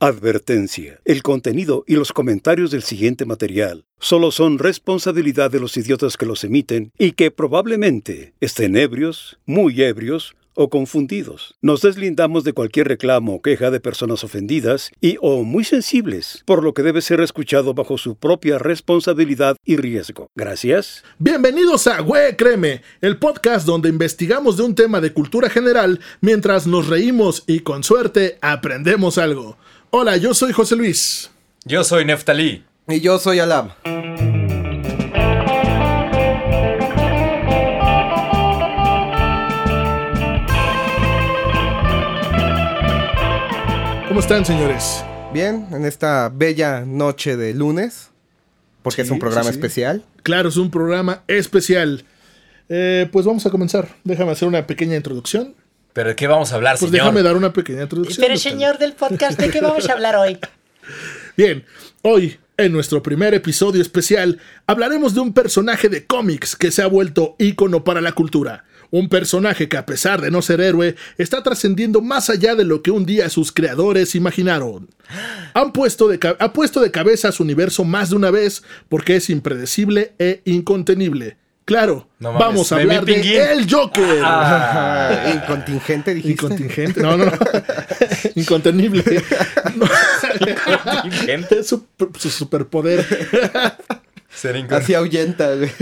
Advertencia: el contenido y los comentarios del siguiente material solo son responsabilidad de los idiotas que los emiten y que probablemente estén ebrios, muy ebrios o confundidos. Nos deslindamos de cualquier reclamo o queja de personas ofendidas y o muy sensibles, por lo que debe ser escuchado bajo su propia responsabilidad y riesgo. Gracias. Bienvenidos a Güey Créeme, el podcast donde investigamos de un tema de cultura general mientras nos reímos y con suerte aprendemos algo. Hola, yo soy José Luis. Yo soy Neftalí. Y yo soy Alam. ¿Cómo están, señores? Bien, en esta bella noche de lunes, porque es un programa especial. Claro, es un programa especial. Pues vamos a comenzar. Déjame hacer una pequeña introducción. ¿Pero de qué vamos a hablar, Pues señor? déjame dar una pequeña introducción. Pero señor del podcast, ¿de qué vamos a hablar hoy? Bien, hoy, en nuestro primer episodio especial, hablaremos de un personaje de cómics que se ha vuelto ícono para la cultura. Un personaje que, a pesar de no ser héroe, está trascendiendo más allá de lo que un día sus creadores imaginaron. Ha puesto de cabeza a su universo más de una vez porque es impredecible e incontenible. Claro, no vamos a hablar de El Joker. Incontingente, dijiste. Incontingente, no. Incontenible. No. Incontingente. Es su superpoder. Así ahuyenta, güey.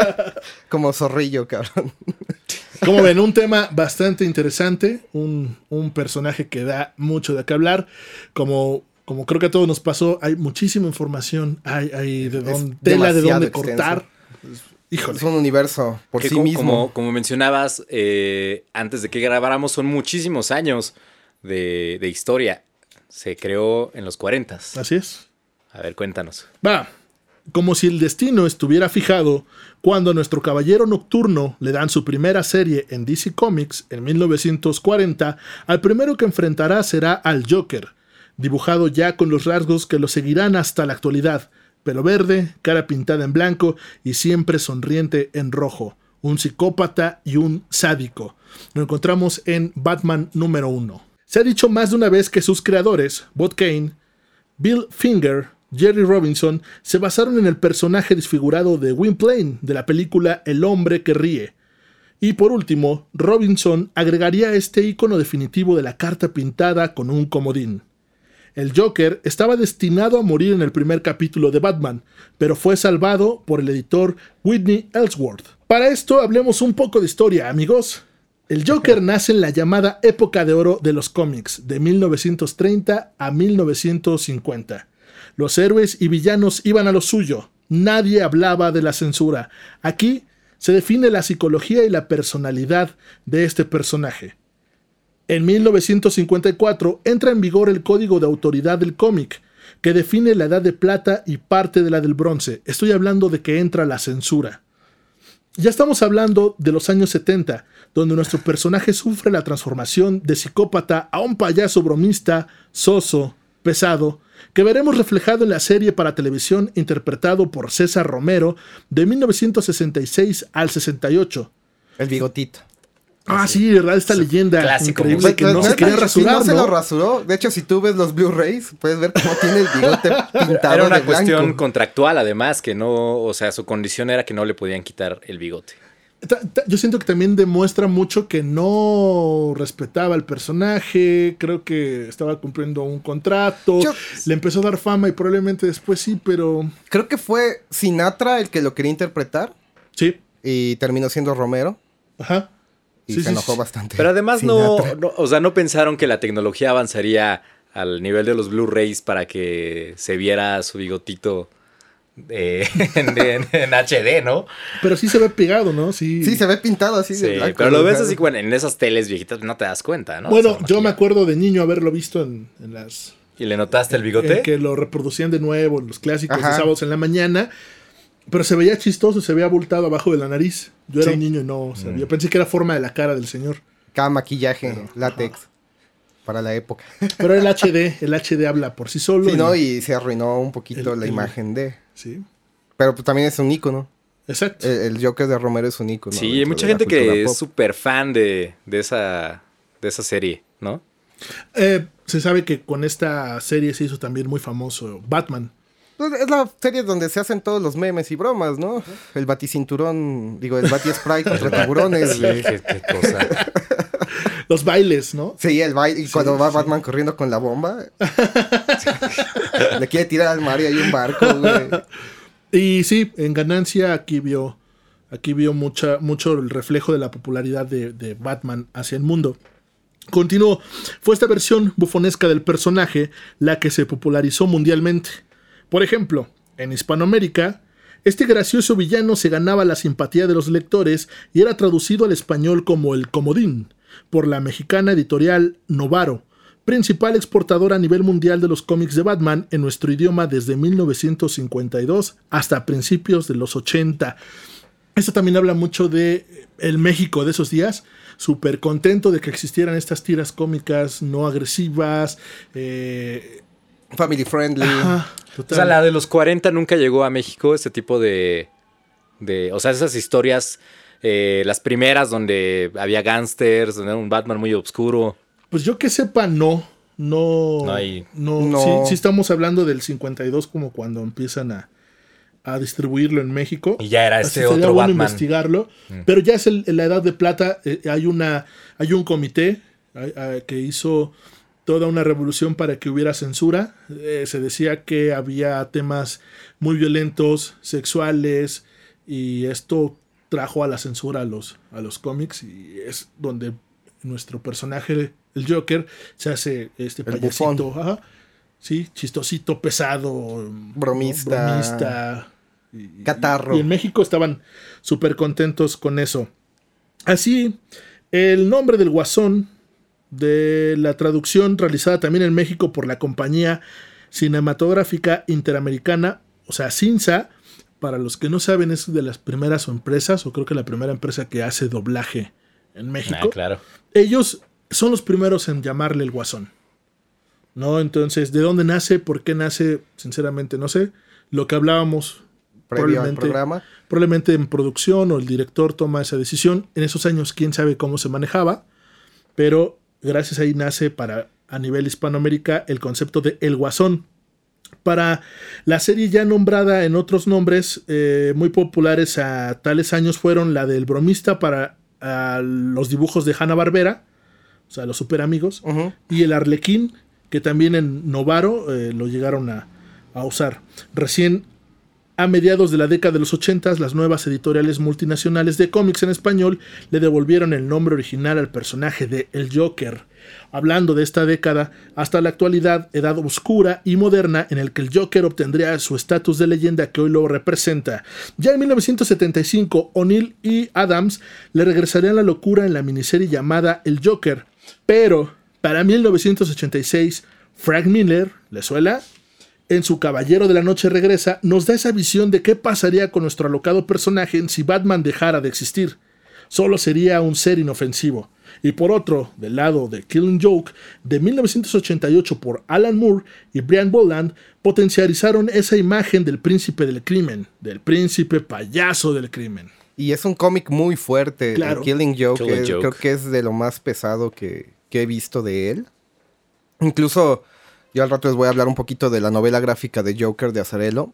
Como zorrillo, cabrón. Como ven, un tema bastante interesante. Un personaje que da mucho de qué hablar. Como creo que a todos nos pasó, hay muchísima información. Hay tela de dónde cortar. Híjole. Es un universo por sí mismo. Como mencionabas, antes de que grabáramos, son muchísimos años de historia. Se creó en los 40s. Así es. A ver, cuéntanos. Como si el destino estuviera fijado, cuando a nuestro Caballero Nocturno le dan su primera serie en DC Comics en 1940, al primero que enfrentará será al Joker, dibujado ya con los rasgos que lo seguirán hasta la actualidad. Pelo verde, cara pintada en blanco y siempre sonriente en rojo. Un psicópata y un sádico. Lo encontramos en Batman número 1. Se ha dicho más de una vez que sus creadores, Bob Kane, Bill Finger, Jerry Robinson, se basaron en el personaje desfigurado de Gwynplaine de la película El hombre que ríe. Y por último, Robinson agregaría este icono definitivo de la carta pintada con un comodín. El Joker estaba destinado a morir en el primer capítulo de Batman, pero fue salvado por el editor Whitney Ellsworth. Para esto hablemos un poco de historia, amigos. El Joker nace en la llamada época de oro de los cómics, de 1930 a 1950. Los héroes y villanos iban a lo suyo. Nadie hablaba de la censura. Aquí se define la psicología y la personalidad de este personaje. En 1954 entra en vigor el Código de Autoridad del Cómic, que define la edad de plata y parte de la del bronce. Estoy hablando de que entra la censura. Ya estamos hablando de los años 70, donde nuestro personaje sufre la transformación de psicópata a un payaso bromista, soso, pesado, que veremos reflejado en la serie para televisión interpretado por César Romero de 1966 al 68. El bigotito. Sí, ¿verdad? Esta leyenda clásico, increíble que no se quería rasurar, no se lo rasuró. De hecho, si tú ves los Blu-rays, puedes ver cómo tiene el bigote pintado. Era una de blanco. cuestión contractual, además, que no, o sea, su condición era que no le podían quitar el bigote. Yo siento que también demuestra mucho que no respetaba al personaje. Creo que estaba cumpliendo un contrato. Le empezó a dar fama y probablemente después sí, pero... Creo que fue Sinatra el que lo quería interpretar. Sí. Y terminó siendo Romero. Ajá. Y se enojó bastante. Pero además no pensaron que la tecnología avanzaría al nivel de los Blu-rays para que se viera su bigotito en HD, ¿no? Pero sí se ve pegado, ¿no? Sí, se ve pintado así. Sí, de blanco, pero lo ves así, bueno, en esas teles viejitas no te das cuenta, ¿no? Bueno, yo me acuerdo de niño haberlo visto en las... ¿Y le notaste el bigote? Que lo reproducían de nuevo en los clásicos de sábados en la mañana. Pero se veía chistoso, se veía abultado abajo de la nariz. Yo era un niño y no sabía. Yo pensé que era forma de la cara del señor. Cada maquillaje, látex. Para la época. Pero el HD habla por sí solo. Sí, ¿no? Y se arruinó un poquito la imagen de... Sí. Pero pues, también es un ícono. Exacto. El Joker de Romero es un ícono. Sí, hay mucha gente que es súper fan de esa serie, ¿no? Se sabe que con esta serie se hizo también muy famoso Batman. Es la serie donde se hacen todos los memes y bromas, ¿no? El baticinturón, el batispray contra tiburones, güey. Qué cosa. Los bailes, ¿no? Sí, el baile. Y cuando va Batman corriendo con la bomba. Le quiere tirar al mar y hay un barco, güey. Y sí, en ganancia aquí vio mucho el reflejo de la popularidad de Batman hacia el mundo. Continuó. Fue esta versión bufonesca del personaje la que se popularizó mundialmente. Por ejemplo, en Hispanoamérica, este gracioso villano se ganaba la simpatía de los lectores y era traducido al español como el Comodín por la mexicana editorial Novaro, principal exportadora a nivel mundial de los cómics de Batman en nuestro idioma desde 1952 hasta principios de los 80. Esto también habla mucho de el México de esos días, súper contento de que existieran estas tiras cómicas no agresivas, family friendly. Ajá, O sea, la de los 40 nunca llegó a México, este tipo de o sea, esas historias, las primeras donde había gángsters, donde era un Batman muy oscuro. Pues yo que sepa, no. No. Sí estamos hablando del 52 como cuando empiezan a distribuirlo en México. Y ya era Así este sería otro bueno Batman. Investigarlo. Pero ya es la Edad de Plata. Hay un comité que hizo toda una revolución para que hubiera censura. Se decía que había temas muy violentos, sexuales, y esto trajo a la censura a los cómics, y es donde nuestro personaje, el Joker, se hace este El payasito, bufón. ajá, sí, chistosito, pesado, Bromista. y Catarro. Y en México estaban súper contentos con eso. Así, el nombre del Guasón, de la traducción realizada también en México por la Compañía Cinematográfica Interamericana, o sea, CINSA, para los que no saben, es de las primeras empresas, o creo que la primera empresa que hace doblaje en México. Claro. Ellos son los primeros en llamarle el Guasón, ¿no? Entonces, ¿de dónde nace? ¿Por qué nace? Sinceramente no sé. Lo que hablábamos Previo al programa. probablemente en producción, o el director toma esa decisión. En esos años, quién sabe cómo se manejaba, pero gracias a ahí nace a nivel Hispanoamérica el concepto de El Guasón. Para la serie ya nombrada en otros nombres muy populares a tales años fueron la del Bromista para los dibujos de Hanna-Barbera, o sea, los super amigos, y el Arlequín, que también en Novaro lo llegaron a usar. Recién a mediados de la década de los 80, las nuevas editoriales multinacionales de cómics en español le devolvieron el nombre original al personaje de El Joker. Hablando de esta década, hasta la actualidad, edad oscura y moderna en el que el Joker obtendría su estatus de leyenda que hoy lo representa. Ya en 1975, O'Neill y Adams le regresarían la locura en la miniserie llamada El Joker. Pero, para 1986, Frank Miller, ¿le suena?, en su Caballero de la Noche Regresa, nos da esa visión de qué pasaría con nuestro alocado personaje si Batman dejara de existir. Solo sería un ser inofensivo. Y por otro, del lado de Killing Joke, de 1988 por Alan Moore y Brian Boland, potencializaron esa imagen del príncipe del crimen, del príncipe payaso del crimen. Y es un cómic muy fuerte. Claro. El Killing Joke, Killing Joke. Creo que es de lo más pesado que he visto de él. Incluso, yo al rato les voy a hablar un poquito de la novela gráfica de Joker de Azzarello.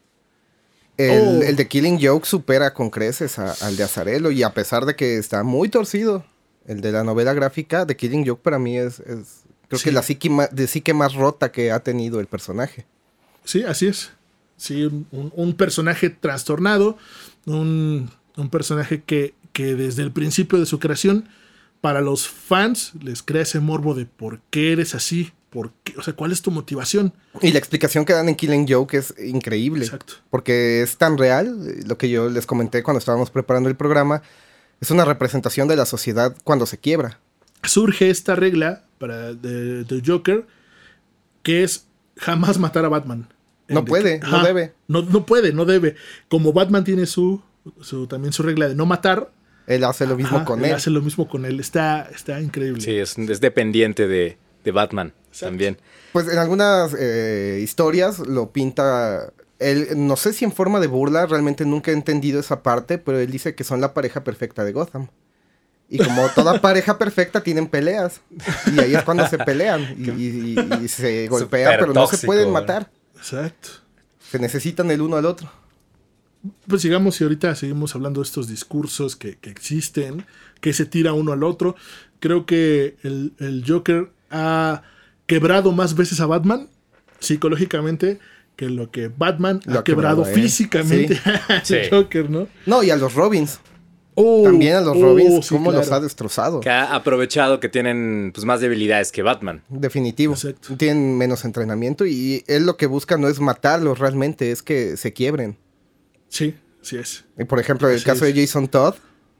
El de Killing Joke supera con creces al de Azzarello, y a pesar de que está muy torcido, el de la novela gráfica de Killing Joke para mí es creo que la psique más rota que ha tenido el personaje. Sí, así es. Sí, un personaje trastornado, un personaje que desde el principio de su creación, para los fans les crea ese morbo de por qué eres así, por qué, o sea, cuál es tu motivación. Y la explicación que dan en Killing Joke es increíble. Exacto. Porque es tan real, lo que yo les comenté cuando estábamos preparando el programa, es una representación de la sociedad cuando se quiebra. Surge esta regla de Joker, que es jamás matar a Batman. No puede, no debe. No puede, no debe. Como Batman tiene también su regla de no matar, Él hace lo mismo con él. Hace lo mismo con él. Está increíble. Sí, es dependiente de Batman. Exacto. También. Pues en algunas historias lo pinta él, no sé si en forma de burla, realmente nunca he entendido esa parte, pero él dice que son la pareja perfecta de Gotham. Y como toda pareja perfecta, tienen peleas. Y ahí es cuando se pelean. Y se golpean, Súper pero no se tóxico, pueden matar. Exacto. Se necesitan el uno al otro. Pues sigamos y ahorita seguimos hablando de estos discursos que existen, que se tira uno al otro. Creo que el Joker ha quebrado más veces a Batman psicológicamente que lo que Batman Lo ha quebrado a él. físicamente al Sí. Joker, ¿no? No, y a los Robins. Oh, También a los Robins, sí, cómo los claro. ha destrozado. Que ha aprovechado que tienen pues, más debilidades que Batman. Definitivo. Exacto. Tienen menos entrenamiento y él lo que busca no es matarlos realmente, es que se quiebren. Sí, sí es. Y por ejemplo, en el Así caso es. de Jason Todd,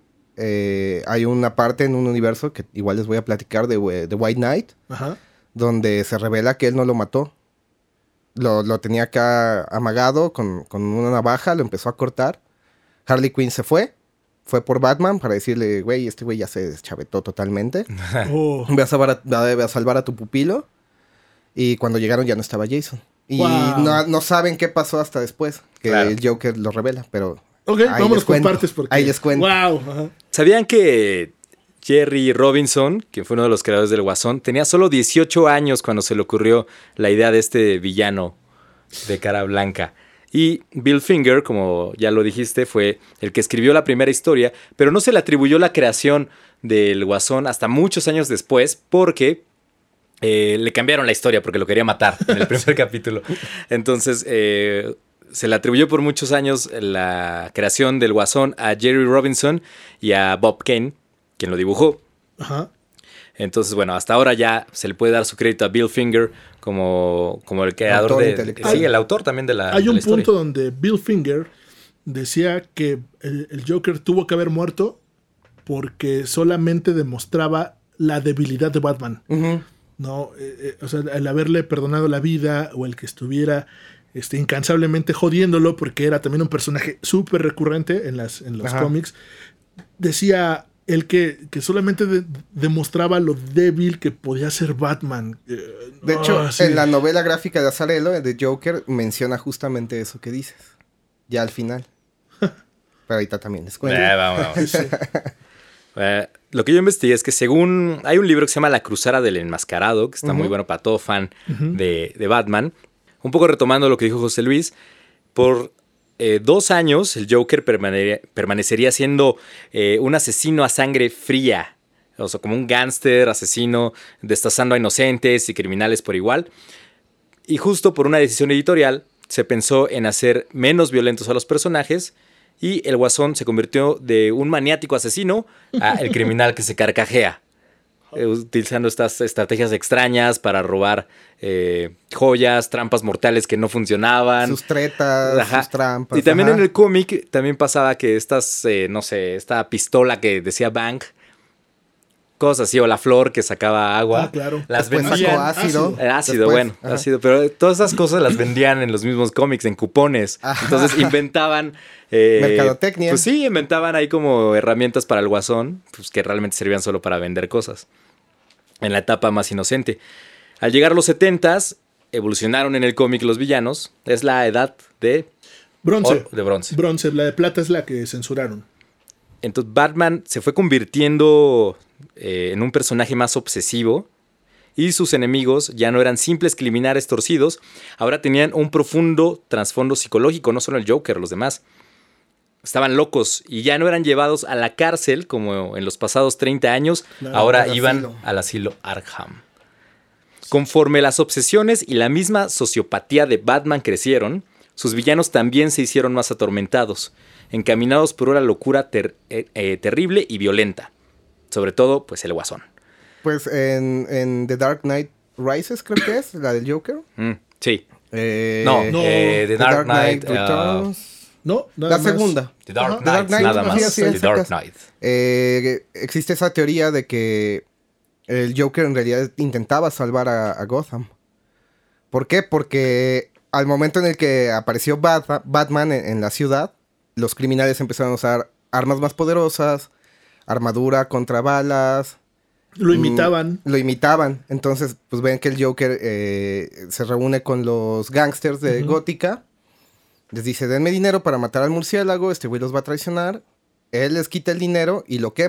hay una parte en un universo que igual les voy a platicar de White Knight, Ajá. donde se revela que él no lo mató. Lo tenía acá amagado con una navaja, lo empezó a cortar. Harley Quinn se fue por Batman para decirle, güey, este güey ya se deschavetó totalmente. Oh, Ve a salvar a tu pupilo. Y cuando llegaron ya no estaba Jason. Y Wow. no saben qué pasó hasta después, que Claro. el Joker lo revela, pero... ok, ahí vámonos les por cuento. partes porque... Ahí les cuento. Wow. Ajá. ¿Sabían que Jerry Robinson, que fue uno de los creadores del Guasón, tenía solo 18 años cuando se le ocurrió la idea de este villano de cara blanca? Y Bill Finger, como ya lo dijiste, fue el que escribió la primera historia, pero no se le atribuyó la creación del Guasón hasta muchos años después, porque le cambiaron la historia porque lo quería matar en el primer capítulo. Entonces, se le atribuyó por muchos años la creación del Guasón a Jerry Robinson y a Bob Kane, quien lo dibujó. Ajá. Entonces, bueno, hasta ahora ya se le puede dar su crédito a Bill Finger como el creador Autor de... intelectual. Sí, el autor también de la Hay de un la historia. punto donde Bill Finger decía que el Joker tuvo que haber muerto porque solamente demostraba la debilidad de Batman. Ujú. ¿No? O sea, el haberle perdonado la vida o el que estuviera incansablemente jodiéndolo porque era también un personaje súper recurrente en los Ajá. cómics. Decía él que solamente demostraba lo débil que podía ser Batman. De hecho, sí. en la novela gráfica de Azzarello, de Joker, menciona justamente eso que dices. Ya al final. Pero ahorita también les cuento. Vamos. Sí. Lo que yo investigué es que según... Hay un libro que se llama La Cruzada del Enmascarado, que está muy bueno para todo fan de Batman. Un poco retomando lo que dijo José Luis, por 2 años el Joker permanecería siendo un asesino a sangre fría. O sea, como un gángster, asesino, destazando a inocentes y criminales por igual. Y justo por una decisión editorial, se pensó en hacer menos violentos a los personajes y el Guasón se convirtió de un maniático asesino a el criminal que se carcajea, utilizando estas estrategias extrañas para robar joyas, trampas mortales que no funcionaban. Sus tretas, Ajá. sus trampas. Y también ajá. en el cómic también pasaba que estas, no sé, esta pistola que decía Bang, cosas así, o la flor que sacaba agua, Ah, claro. las Después vendían. sacó ácido. Ácido, Después, bueno, ajá. ácido. Pero todas esas cosas las vendían en los mismos cómics, en cupones. Ajá. Entonces inventaban... Mercadotecnia. Pues sí, inventaban ahí como herramientas para el Guasón, pues que realmente servían solo para vender cosas. En la etapa más inocente. Al llegar a los 70s, evolucionaron en el cómic los villanos. Es la edad de Bronce. de bronce. Bronce. La de plata es la que censuraron. Entonces Batman se fue convirtiendo en un personaje más obsesivo y sus enemigos ya no eran simples criminales torcidos, ahora tenían un profundo trasfondo psicológico, no solo el Joker, los demás. Estaban locos y ya no eran llevados a la cárcel como en los pasados 30 años, Claro, ahora al iban asilo. al asilo Arkham. Conforme las obsesiones y la misma sociopatía de Batman crecieron, sus villanos también se hicieron más atormentados, encaminados por una locura terrible y violenta. Sobre todo, pues el Guasón. Pues en The Dark Knight Rises, creo que es, la del Joker. Sí. No, The Dark Knight. Returns. No, nada La más. segunda. The Dark Ajá. Knight, The Dark Knight, nada sí, más. así The es, Dark sacas. Knight. Existe esa teoría de que el Joker en realidad intentaba salvar a Gotham. ¿Por qué? Porque al momento en el que apareció Batman en la ciudad, los criminales empezaron a usar armas más poderosas, armadura contra balas. Lo imitaban. Lo imitaban. Entonces, pues ven que el Joker se reúne con los gángsters de Gótica. Les dice, denme dinero para matar al murciélago. Este güey los va a traicionar. Él les quita el dinero y lo quema.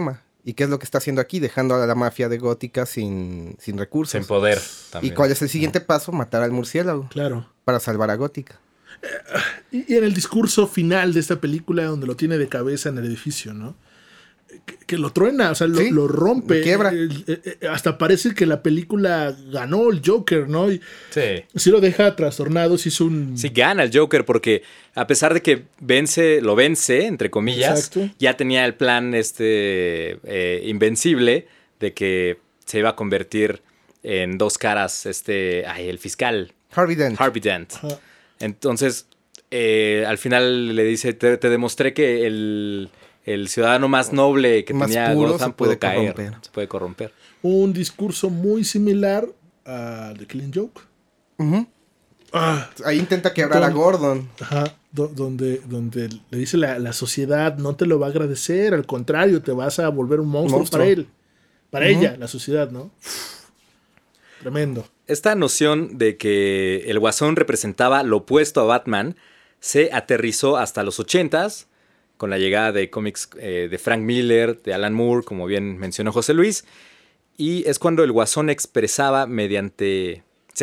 ¿Y qué es lo que está haciendo aquí? Dejando a la mafia de Gótica sin recursos. Sin poder ¿Y también. cuál es el siguiente paso? Matar al murciélago. Claro. Para salvar a Gótica. Y en el discurso final de esta película, donde lo tiene de cabeza en el edificio, ¿no? Que lo truena, o sea, Sí, lo rompe. lo quiebra. Hasta parece que la película ganó el Joker, ¿no? Y Sí. sí lo deja trastornado, sí es un... Sí, gana el Joker porque a pesar de que lo vence, entre comillas, Exacto. ya tenía el plan invencible de que se iba a convertir en dos caras el fiscal Harvey Dent. Harvey Dent. Ajá. Entonces, al final le dice, te demostré que el ciudadano más noble que Más tenía puro Gotham se puede puede caer, corromper. se puede corromper. Un discurso muy similar a The Killing Joke. Ujú. Ah, Ahí intenta quebrar a Gordon. ajá, donde le dice la sociedad no te lo va a agradecer, al contrario, te vas a volver un monstruo. Para él, para ella, la sociedad, ¿no? Tremendo. Esta noción de que el Guasón representaba lo opuesto a Batman se aterrizó hasta los 80s con la llegada de cómics de Frank Miller, de Alan Moore, como bien mencionó José Luis, y es cuando el Guasón se expresaba mediante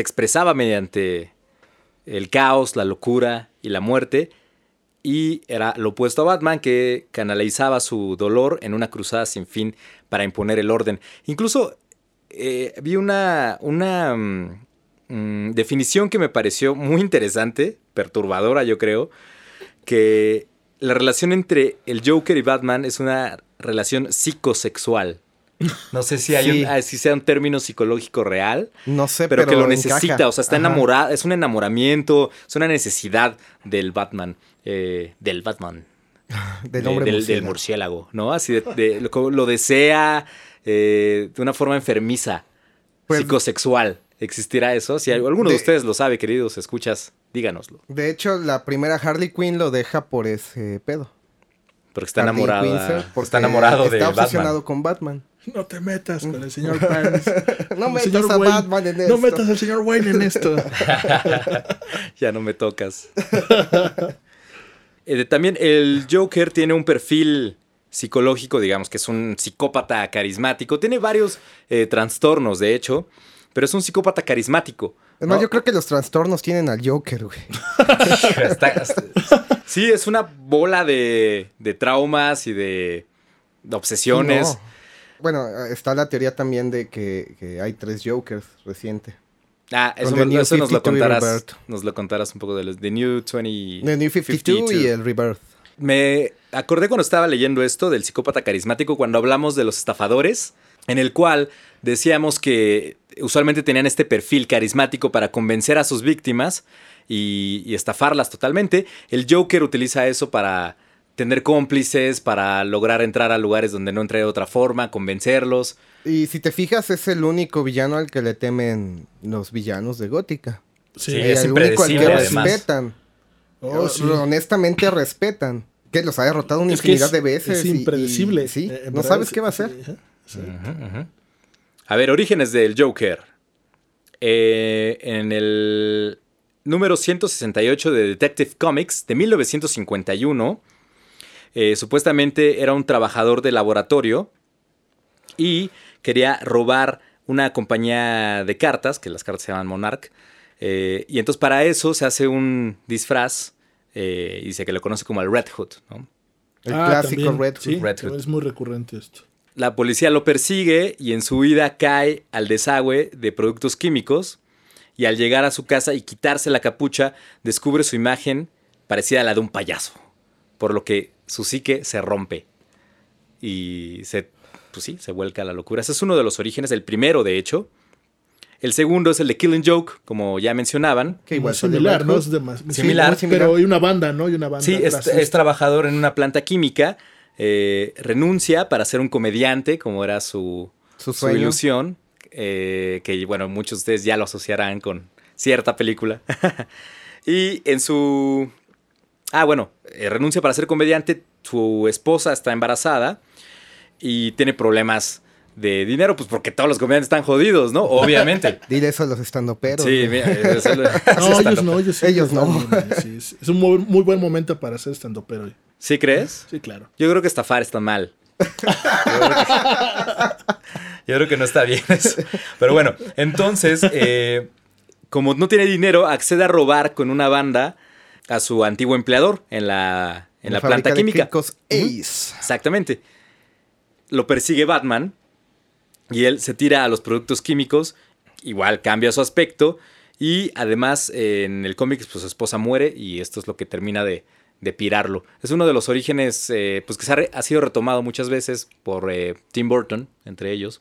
el caos, la locura y la muerte, y era lo opuesto a Batman, que canalizaba su dolor en una cruzada sin fin para imponer el orden. Incluso vi una definición que me pareció muy interesante, perturbadora yo creo, que la relación entre el Joker y Batman es una relación psicosexual. No sé si si sea un término psicológico real, No sé, pero que lo encaja. necesita, o sea, está Ajá. enamorado, es un enamoramiento, es una necesidad del Batman, Del hombre del murciélago. murciélago, ¿no? Así lo desea de una forma enfermiza, Pues- psicosexual. ¿Existirá eso? Si alguno de ustedes lo sabe, queridos escuchas, díganoslo. De hecho, la primera Harley Quinn lo deja por ese pedo. Porque está Harley enamorado. Quinzel, porque Está enamorado de Está Batman. obsesionado con Batman. No te metas con el señor Barnes. No El metas señor a Wayne. Batman en No esto. metas al señor Wayne en esto. Ya no me tocas. También el Joker tiene un perfil psicológico, digamos que es un psicópata carismático. Tiene varios trastornos, de hecho, pero es un psicópata carismático. Es más, ¿no? yo creo que los trastornos tienen al Joker, güey. Sí, es una bola de traumas y de obsesiones. No. Bueno, está la teoría también de que hay 3 Jokers reciente. Eso Con The New nos lo 52 y contarás. Rebirth. Nos lo contarás un poco de los The New 20. The New 52 y el Rebirth. Me acordé cuando estaba leyendo esto del psicópata carismático, cuando hablamos de los estafadores, en el cual decíamos que usualmente tenían este perfil carismático para convencer a sus víctimas y estafarlas totalmente. El Joker utiliza eso para tener cómplices, para lograr entrar a lugares donde no entré de otra forma, convencerlos. Y si te fijas, es el único villano al que le temen los villanos de Gótica. Sí. Sí, Y es el único al que impredecible, además. respetan. Oh, sí. Honestamente respetan. Que los ha derrotado una Es que infinidad es- de veces. Es impredecible. Sí, En no verdad sabes es- qué va a hacer. sí, ajá, sí. A ver, orígenes del Joker. En el número 168 de Detective Comics de 1951, supuestamente era un trabajador de laboratorio y quería robar una compañía de cartas, que las cartas se llaman Monarch, y entonces para eso se hace un disfraz, y dice que lo conoce como el Red Hood, ¿no? El clásico también, Red Hood. sí, Red Hood. es muy recurrente esto. La policía lo persigue y en su huida cae al desagüe de productos químicos y al llegar a su casa y quitarse la capucha descubre su imagen parecida a la de un payaso, por lo que su psique se rompe y se vuelca a la locura. Ese es uno de los orígenes, el primero de hecho. El segundo es el de Killing Joke, como ya mencionaban. Que igual Muy sale similar, Red ¿no? Hood. Es muy Similar. Pero hay una banda, ¿no? Y una banda. Sí, atrás. es trabajador en una planta química, renuncia para ser un comediante, como era su sueño. ilusión, que bueno, muchos de ustedes ya lo asociarán con cierta película. Y en su... renuncia para ser comediante, su esposa está embarazada y tiene problemas de dinero, pues porque todos los comediantes están jodidos, ¿no? Obviamente. Dile eso a los estandoperos. Sí, güey. mira, No, ellos no, ellos sí. Ellos no. Sí, es un muy buen momento para ser estandopero. ¿Sí crees? Sí, claro. Yo creo que estafar está mal. Yo creo que no está bien eso. Pero bueno, entonces, como no tiene dinero, accede a robar con una banda a su antiguo empleador en la planta química. Ace. Exactamente. Lo persigue Batman y él se tira a los productos químicos. Igual cambia su aspecto. Y además en el cómic pues, su esposa muere y esto es lo que termina de pirarlo. Es uno de los orígenes pues, que ha sido retomado muchas veces por Tim Burton, entre ellos.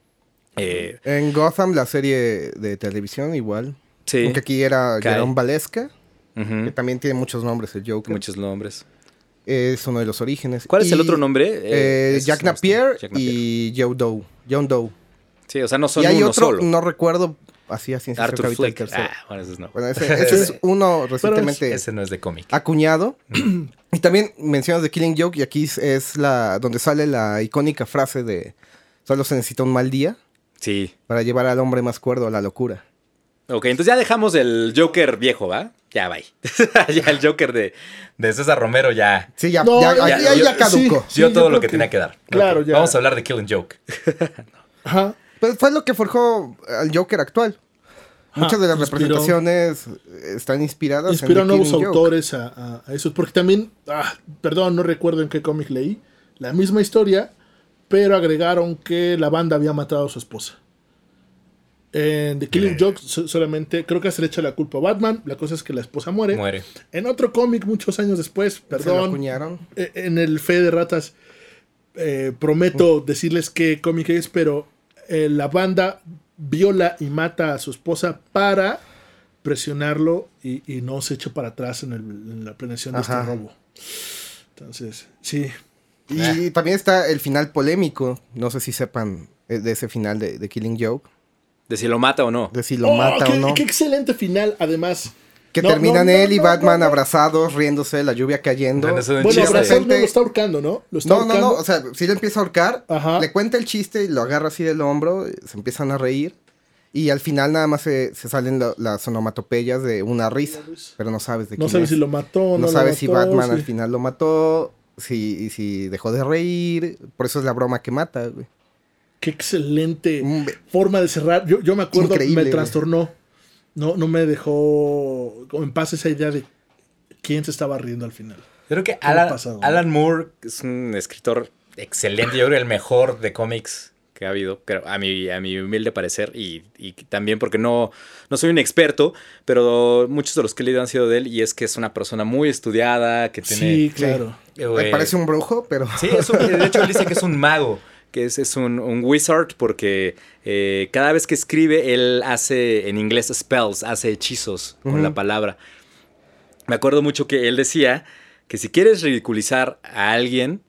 En Gotham, la serie de televisión, igual. Sí. Aunque aquí era Cae. Jerome Valeska, Uh-huh. que también tiene muchos nombres el Joker. Muchos nombres. Es uno de los orígenes. ¿Cuál es el otro nombre? Jack Napier y John Doe. Sí, o sea, no son y hay uno otro, solo. no recuerdo, así a ciencia Arthur cierta, ahorita el Fleck. tercero. Bueno, ese no. Bueno, ese es uno recientemente Ese no es de cómic. acuñado. Y también mencionas de Killing Joke y aquí es donde sale la icónica frase de solo se necesita un mal día Sí. para llevar al hombre más cuerdo a la locura. Ok, entonces ya dejamos el Joker viejo, ¿va? Ya, bye. Ya el Joker de César Romero ya Sí, ya, No, ya caducó. sí, dio yo todo creo lo que que- tenía que dar. claro, Ok, ya. vamos a hablar de Killing Joke. Ajá. Pues fue lo que forjó al Joker actual. Muchas de las inspiró- representaciones están inspiradas Inspiró a en The nuevos Killing Joke. autores a eso. Porque también, perdón, no recuerdo en qué cómic leí. La misma historia, pero agregaron que la banda había matado a su esposa. En The Killing Joke solamente creo que se le echa la culpa a Batman. La cosa es que la esposa muere. Muere. En otro cómic, muchos años después, Se lo perdón, acuñaron. en el Fe de Ratas, prometo decirles qué cómic es, pero la banda viola y mata a su esposa para presionarlo y no se eche para atrás en la planeación de Ajá. este robo. Entonces, sí. Y también está el final polémico. No sé si sepan de ese final de Killing Joke. De si lo mata o no. De si lo mata qué, o no. qué excelente final, además. Que No, terminan no, él y no, Batman no. abrazados, riéndose, la lluvia cayendo. Bueno, eso es un Bueno, chiste. abrazar no lo está ahorcando, ¿no? Lo está No, ahorcando. o sea, si le empieza a ahorcar, Ajá. le cuenta el chiste y lo agarra así del hombro, se empiezan a reír. Y al final nada más se salen las onomatopeyas de una risa, pero no sabes de No quién sabes es. si lo mató, No lo sabes si mató, Batman sí. al final lo mató, si dejó de reír. Por eso es la broma que mata, güey. Qué excelente Mm, forma de cerrar. Yo me acuerdo, Increíble, me güey. trastornó. No me dejó en paz esa idea de quién se estaba riendo al final. Yo creo que ¿Qué le ha pasado? Alan Moore es un escritor excelente. Yo creo que el mejor de cómics que ha habido, pero a mi humilde parecer. Y también porque no soy un experto, pero muchos de los que he leído han sido de él. Y es que es una persona muy estudiada, que tiene... Sí, claro. Me parece un brujo, pero... Sí, de hecho él dice que es un mago, que es un wizard porque cada vez que escribe él hace en inglés spells, hace hechizos con la palabra. Me acuerdo mucho que él decía que si quieres ridiculizar a alguien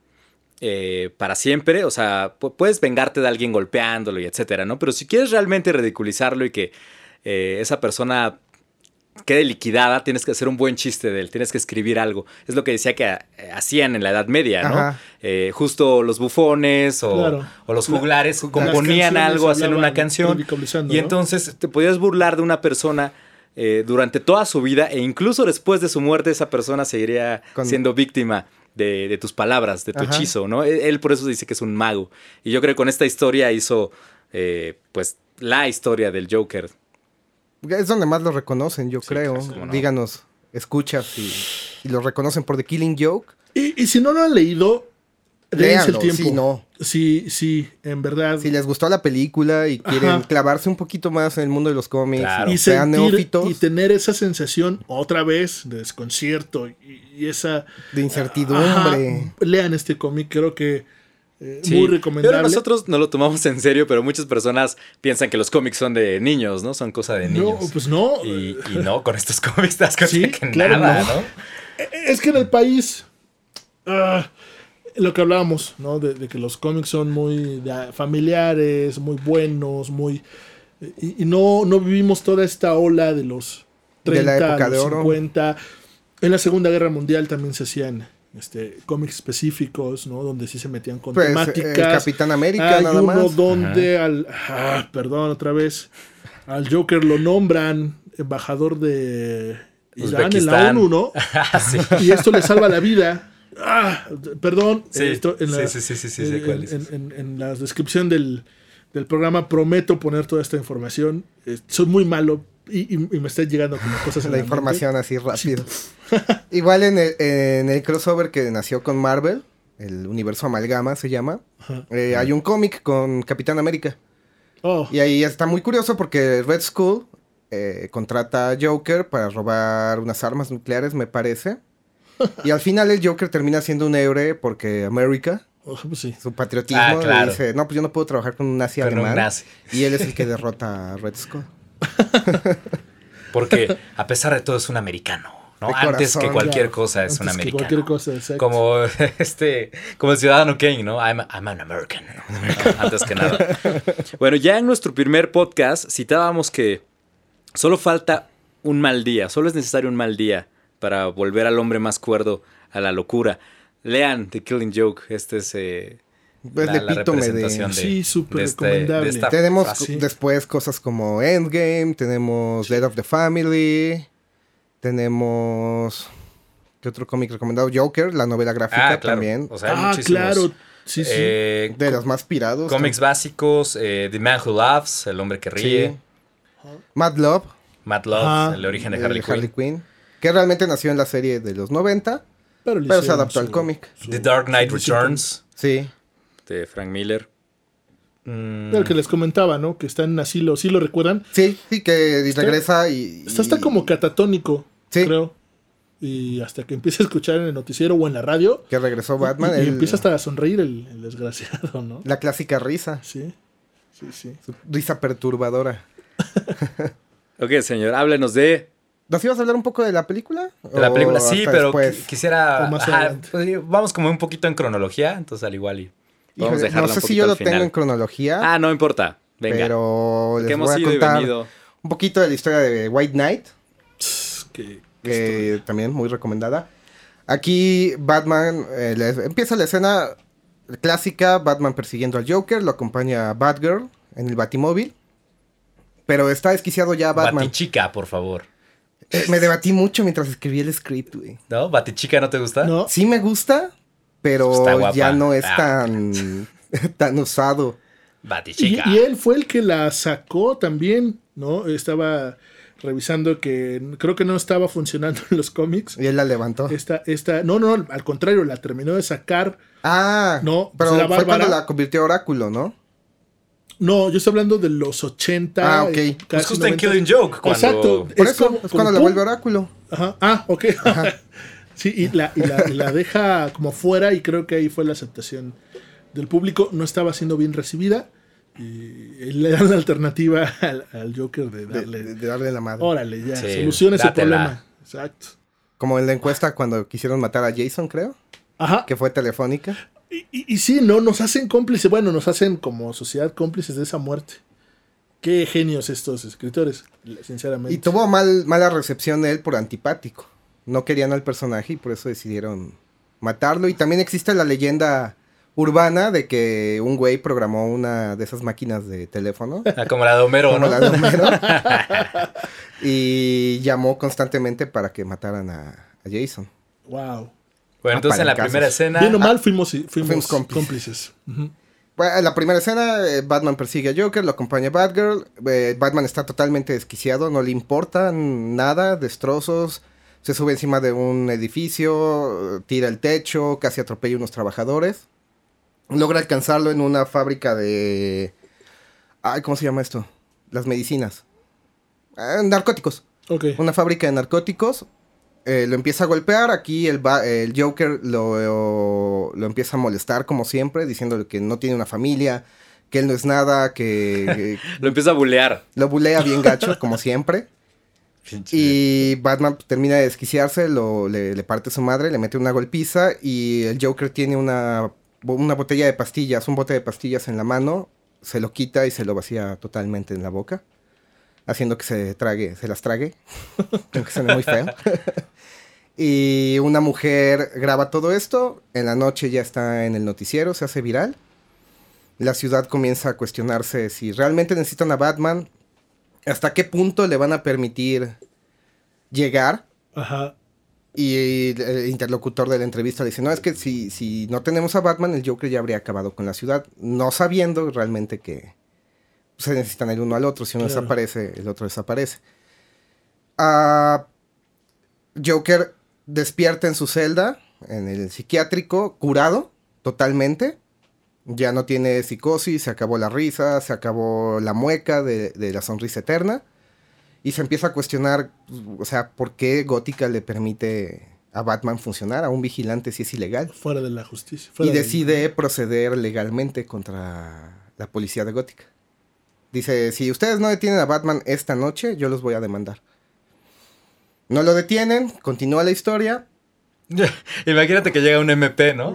para siempre, o sea, puedes vengarte de alguien golpeándolo y etcétera, ¿no? Pero si quieres realmente ridiculizarlo y que esa persona quede liquidada, tienes que hacer un buen chiste de él, tienes que escribir algo. Es lo que decía que hacían en la Edad Media, ¿no? Ajá. Justo los bufones Claro. o los juglares Las componían canciones algo, hacían una hablaban canción. ridiculizando, Y ¿no? entonces te podías burlar de una persona durante toda su vida e incluso después de su muerte esa persona seguiría siendo víctima de tus palabras, de tu Ajá. hechizo, ¿no? Él por eso dice que es un mago. Y yo creo que con esta historia hizo, pues, la historia del Joker. Es donde más lo reconocen, yo Sí, creo. pues, cómo no. Díganos, escuchas si lo reconocen por The Killing Joke. Y si no lo han leído, dense el Léanlo, tiempo. sí, no. Sí, en verdad. Si les gustó la película y quieren Ajá. clavarse un poquito más en el mundo de los cómics, Claro. Y sean sentir neófitos, y tener esa sensación otra vez de desconcierto y esa de incertidumbre. Ajá, lean este cómic, creo que Sí. muy Yo creo recomendable. que nosotros no lo tomamos en serio, pero muchas personas piensan que los cómics son de niños, ¿no? Son cosa de niños. No, pues no. Y no, con estos cómics te das cuenta Sí, que claro, nada, no. ¿no? Es que en el país, lo que hablábamos, ¿no? De que los cómics son muy familiares, muy buenos, muy... Y no vivimos toda esta ola de los 30, De la época los de oro. 50. En la Segunda Guerra Mundial también se hacían cómics específicos, ¿no? Donde sí se metían con Pues temáticas. el Capitán América, Hay nada uno más. donde perdón, otra vez. Al Joker lo nombran embajador de Irán en la Uzbekistán. ONU, ¿no? Sí. Y esto le salva la vida Perdón. Sí, Esto sé cuál es. En la descripción del programa prometo poner toda esta información. Soy muy malo y me están llegando como cosas en La la información mente. así rápido. Igual en el crossover que nació con Marvel, el universo Amalgama se llama, hay un cómic con Capitán América. Oh, Y ahí está muy curioso porque Red Skull contrata a Joker para robar unas armas nucleares, me parece. Y al final el Joker termina siendo un héroe porque América, pues sí. su patriotismo, claro. le dice, no, pues yo no puedo trabajar con un nazi Con un alemán. nazi. Y él es el que derrota a Red Skull. Porque a pesar de todo es un americano, ¿no? De Antes corazón, que cualquier claro. cosa es un Antes que americano. cualquier cosa, exacto. Como el ciudadano Kane, ¿no? I'm an American. Antes que nada. Bueno, ya en nuestro primer podcast citábamos que solo falta un mal día, solo es necesario un mal día para volver al hombre más cuerdo a la locura. Lean The Killing Joke, este es el epítome representación Sí, súper de recomendable. esta Tenemos frase. después cosas como Endgame, tenemos Death of the Family, tenemos... ¿Qué otro cómic recomendado? Joker, la novela gráfica claro. también. O sea, hay muchísimos. claro. Sí, sí. De los más pirados. Cómics básicos, The Man Who Laughs, El Hombre que Ríe, Sí. Mad Love, Mad Love, Ajá. El origen de de Harley Quinn, que realmente nació en la serie de los 90, pero se adaptó al cómic. The Dark Knight su- Returns, Sí. de Frank Miller. El que les comentaba, ¿no? Que está en asilo. ¿Sí lo recuerdan? Sí, que regresa y... Está como catatónico, Sí. creo. Y hasta que empieza a escuchar en el noticiero o en la radio. Que regresó Batman. Y empieza hasta a sonreír el desgraciado, ¿no? La clásica risa. Sí. Sí. Su risa perturbadora. Ok, señor, háblenos de ¿Nos ibas a hablar un poco de la película? la ¿O película. Sí, hasta pero después? quisiera... O más ajá, adelante. pues, vamos como un poquito en cronología, entonces al igual y vamos a Híjole, dejarla no un sé si poquito yo lo al final. tengo en cronología, No importa. Venga. pero Porque les hemos voy a ido y contar venido. un poquito de la historia de White Knight, Que que también muy recomendada. Aquí Batman, empieza la escena clásica, Batman persiguiendo al Joker, lo acompaña Batgirl en el Batimóvil, pero está desquiciado ya Batman. Batichica, por favor. Me debatí mucho mientras escribí el script, güey. ¿No? ¿Batichica no te gusta? no. Sí me gusta, pero Está guapa. ya no es tan usado. Batichica. Y él fue el que la sacó también, ¿no? Estaba revisando que creo que no estaba funcionando en los cómics. Y él la levantó. No, al contrario, la terminó de sacar. Ah, No, pero pues era fue Bárbara. cuando la convirtió en Oráculo, ¿no? No, yo estoy hablando de los 80. Ah, ok. Pues casi justo en 90. Killing Joke, cuando... Exacto. Por eso como- es cuando la ¡pum! vuelve Oráculo. Ajá. Ah, ok. Sí, y la deja como fuera y creo que ahí fue la aceptación del público. No estaba siendo bien recibida y le dan la alternativa al Joker de darle... De darle la madre. Órale, ya, Sí, soluciona ese dátela. problema. Exacto. Como en la encuesta cuando quisieron matar a Jason, creo. Ajá. Que fue telefónica. Y sí, no, nos hacen cómplices. Bueno, nos hacen como sociedad cómplices de esa muerte. Qué genios estos escritores, sinceramente. Y tuvo mala recepción de él por antipático. No querían al personaje y por eso decidieron matarlo. Y también existe la leyenda urbana de que un güey programó una de esas máquinas de teléfono. Como la de Homero, Como ¿no? la de Homero. Y llamó constantemente para que mataran a Jason. Wow. Bueno, entonces en la Palancazos. primera escena... Bien o mal fuimos fuimos cómplices. Ujú. Bueno, en la primera escena, Batman persigue a Joker, lo acompaña Batgirl. Batman está totalmente desquiciado, no le importa nada, destrozos. Se sube encima de un edificio, tira el techo, casi atropella a unos trabajadores. Logra alcanzarlo en una fábrica de... Ay, ¿cómo se llama esto? Las medicinas. Narcóticos. Ok. Una fábrica de narcóticos. Lo empieza a golpear. Aquí el Joker lo empieza a molestar como siempre, diciéndole que no tiene una familia, que él no es nada, que Lo empieza a bulear. lo bulea bien gacho, como siempre. Y Batman termina de desquiciarse, le parte su madre, le mete una golpiza y el Joker tiene una botella de pastillas, un bote de pastillas en la mano, se lo quita y se lo vacía totalmente en la boca, haciendo que se las trague, aunque suene muy feo. Y una mujer graba todo esto, en la noche ya está en el noticiero, se hace viral. La ciudad comienza a cuestionarse si realmente necesitan a Batman, hasta qué punto le van a permitir llegar. Ajá. Y el interlocutor de la entrevista le dice, no, es que si no tenemos a Batman, el Joker ya habría acabado con la ciudad. No sabiendo realmente que se necesitan el uno al otro. Si uno desaparece, el otro desaparece. Joker despierta en su celda, en el psiquiátrico, curado totalmente. Ya no tiene psicosis, se acabó la risa, se acabó la mueca de la sonrisa eterna. Y se empieza a cuestionar, o sea, ¿por qué Gótica le permite a Batman funcionar? A un vigilante si es ilegal. Fuera de la justicia. Y decide proceder legalmente contra la policía de Gótica. Dice, si ustedes no detienen a Batman esta noche, yo los voy a demandar. No lo detienen, continúa la historia. Imagínate que llega un MP, ¿no?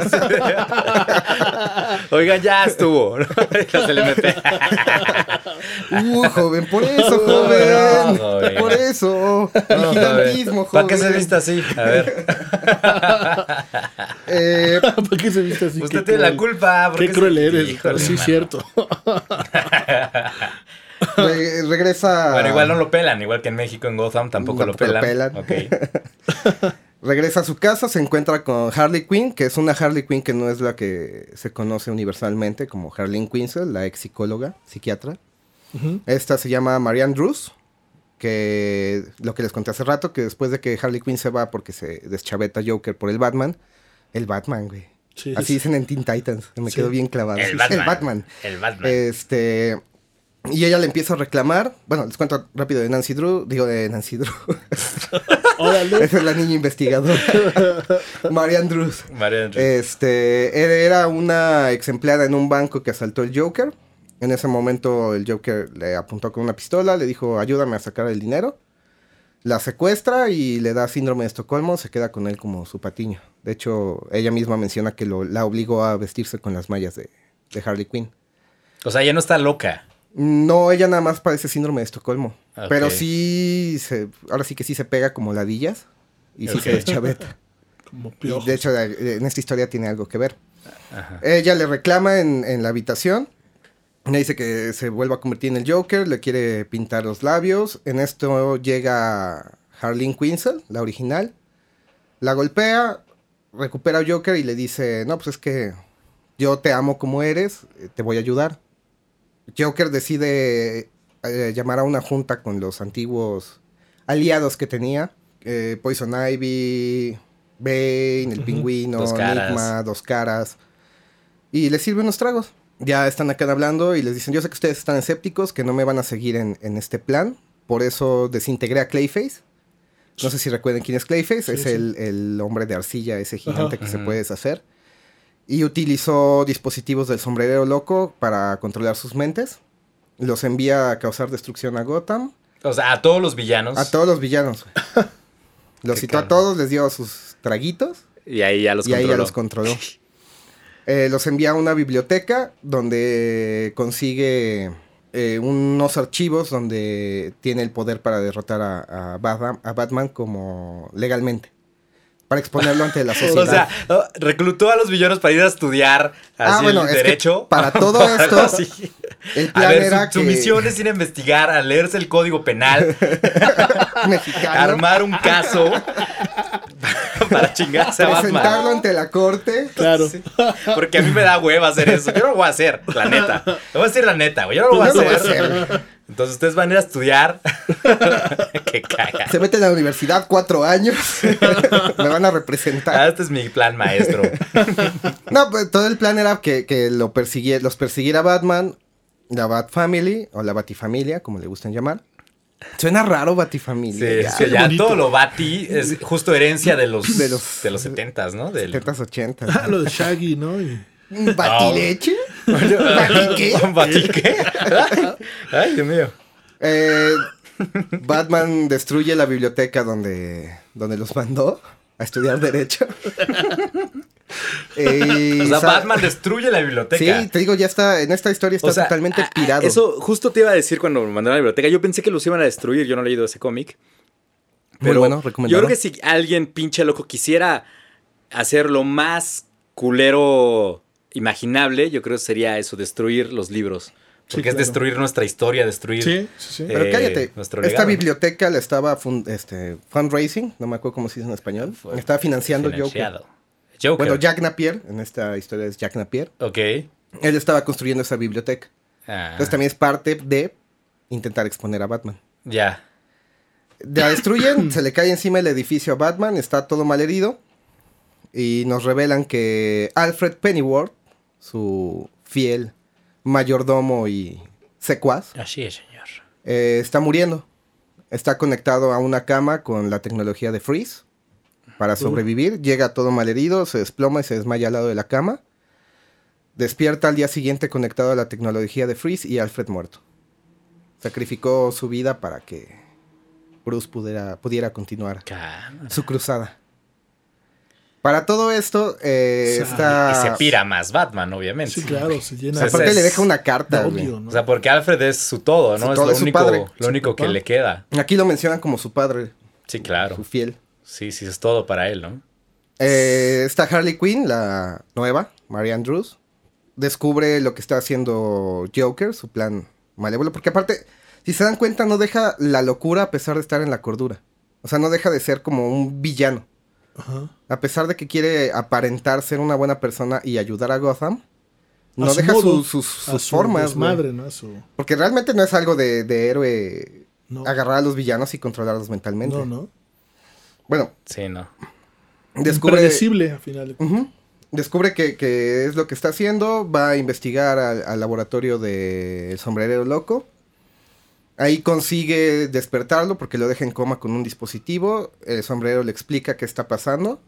Oigan, ya estuvo. El MP. Joven, por eso, joven. No, joven. Por eso. Vigilantismo, joven. ¿Para qué se viste así? A ver. ¿Para qué se viste así? Usted tiene la culpa. Qué cruel eres. Híjole, Sí, mano. cierto. Regresa... Bueno, igual no lo pelan. Igual que en México, en Gotham, tampoco lo pelan. Okay. Regresa a su casa, se encuentra con Harley Quinn, que es una Harley Quinn que no es la que se conoce universalmente como Harleen Quinzel, la ex psicóloga, psiquiatra. Esta se llama Marianne Drews, que lo que les conté hace rato, que después de que Harley Quinn se va porque se deschaveta Joker por el Batman, güey. Sí, así dicen en Teen Titans, me quedó bien clavado. El Batman. Y ella le empieza a reclamar. Bueno, les cuento rápido de Nancy Drew. Órale. Esa es la niña investigadora. Marianne Drews. Era una ex empleada en un banco que asaltó el Joker. En ese momento el Joker le apuntó con una pistola, le dijo, ayúdame a sacar el dinero. La secuestra y le da síndrome de Estocolmo, se queda con él como su patiño. De hecho, ella misma menciona que la obligó a vestirse con las mallas de Harley Quinn. O sea, ella no está loca. No, ella nada más padece síndrome de Estocolmo. Okay. Pero sí, ahora sí que sí se pega como ladillas y sí se deschaveta. Como Y piojos. de hecho, en esta historia tiene algo que ver. Ajá. Ella le reclama en la habitación. Le dice que se vuelva a convertir en el Joker, le quiere pintar los labios. En esto llega Harleen Quinzel, la original. La golpea, recupera a Joker y le dice, no, pues es que yo te amo como eres, te voy a ayudar. Joker decide llamar a una junta con los antiguos aliados que tenía. Poison Ivy, Bane, el Pingüino, Enigma, Dos Caras. Y les sirve unos tragos. Ya están acá hablando y les dicen, yo sé que ustedes están escépticos, que no me van a seguir en este plan. Por eso desintegré a Clayface. No sé si recuerden quién es Clayface. Sí, es sí. el hombre de arcilla, ese gigante que se puede deshacer. Y utilizó dispositivos del sombrerero loco para controlar sus mentes. Los envía a causar destrucción a Gotham. O sea, a todos los villanos. A todos los villanos. Los citó a todos, les dio sus traguitos. Y ahí ya los y ahí ya los controló. Los envía a una biblioteca donde consigue unos archivos donde tiene el poder para derrotar a Batman como legalmente. Para exponerlo ante la sociedad. O sea, reclutó a los villanos para ir a estudiar así bueno, el es derecho. que para todo esto, Así. el plan A ver, era su que... misión es ir a investigar, a leerse el código penal, mexicano, armar un caso para chingarse a presentarlo Batman. ante la corte. Claro. Sí. Porque a mí me da hueva hacer eso. Yo no lo voy a hacer, la neta. Le voy a decir la neta, güey. Yo no lo voy a Yo no lo voy a hacer. Entonces ustedes van a ir a estudiar. Qué caga. Se mete a la universidad 4 años. Me van a representar. Este es mi plan, maestro. No, pues todo el plan era que los persiguiera Batman, la Bat Family, o la Batifamilia, como le gustan llamar. Suena raro Batifamilia. Sí, ya. es que ya bonito. todo lo Bati es justo herencia de los De los 70s, ¿no? Del 70s, 80s. Lo de Shaggy, ¿no? Y... ¿Batileche? ¿Bati qué? ¿Bati qué? Ay, Dios mío. Batman destruye la biblioteca donde los mandó a estudiar Derecho. O sea, Batman destruye la biblioteca. Sí, te digo, ya está, en esta historia está totalmente pirado. Eso justo te iba a decir cuando me mandaron a la biblioteca. Yo pensé que los iban a destruir, yo no he leído ese cómic. Muy Pero bueno, recomendado. yo creo que si alguien pinche loco quisiera hacer lo más culero imaginable, yo creo que sería eso, destruir los libros. Porque es destruir nuestra historia, destruir... Sí. Pero cállate, nuestro esta legado. biblioteca la estaba fundraising, no me acuerdo cómo se dice en español. Estaba financiando Financiado. Joker. Bueno, Jack Napier, en esta historia es Jack Napier. Ok. Él estaba construyendo esa biblioteca. Entonces también es parte de intentar exponer a Batman. Ya. La destruyen, se le cae encima el edificio a Batman, está todo mal herido. Y nos revelan que Alfred Pennyworth, su fiel mayordomo y secuaz, Así es, señor. está muriendo. Está conectado a una cama con la tecnología de Freeze para sobrevivir. Llega todo malherido, se desploma y se desmaya al lado de la cama. Despierta al día siguiente conectado a la tecnología de Freeze y Alfred muerto. Sacrificó su vida para que Bruce pudiera continuar su cruzada. Para todo esto está... Y se pira más Batman, obviamente. Sí, claro, se llena. Aparte le deja una carta, de güey. odio, ¿no? O sea, porque Alfred es su todo, ¿no? Su todo, es su lo padre. único que le queda. Aquí lo mencionan como su padre, Sí, claro. su fiel. Sí, es todo para él, ¿no? Está Harley Quinn, la nueva, Mary Andrews. Descubre lo que está haciendo Joker, su plan malévolo. Porque aparte, si se dan cuenta, no deja la locura a pesar de estar en la cordura. O sea, no deja de ser como un villano. Ajá. A pesar de que quiere aparentar ser una buena persona y ayudar a Gotham, no su deja modo, sus a su formas, güey. desmadre, ¿no? Porque realmente no es algo de héroe No. agarrar a los villanos y controlarlos mentalmente. No. Bueno, Sí, no. descubre... Impredecible, al final. Ujú. Descubre que es lo que está haciendo. Va a investigar al laboratorio del sombrerero loco. Ahí consigue despertarlo porque lo deja en coma con un dispositivo. El sombrero le explica qué está pasando.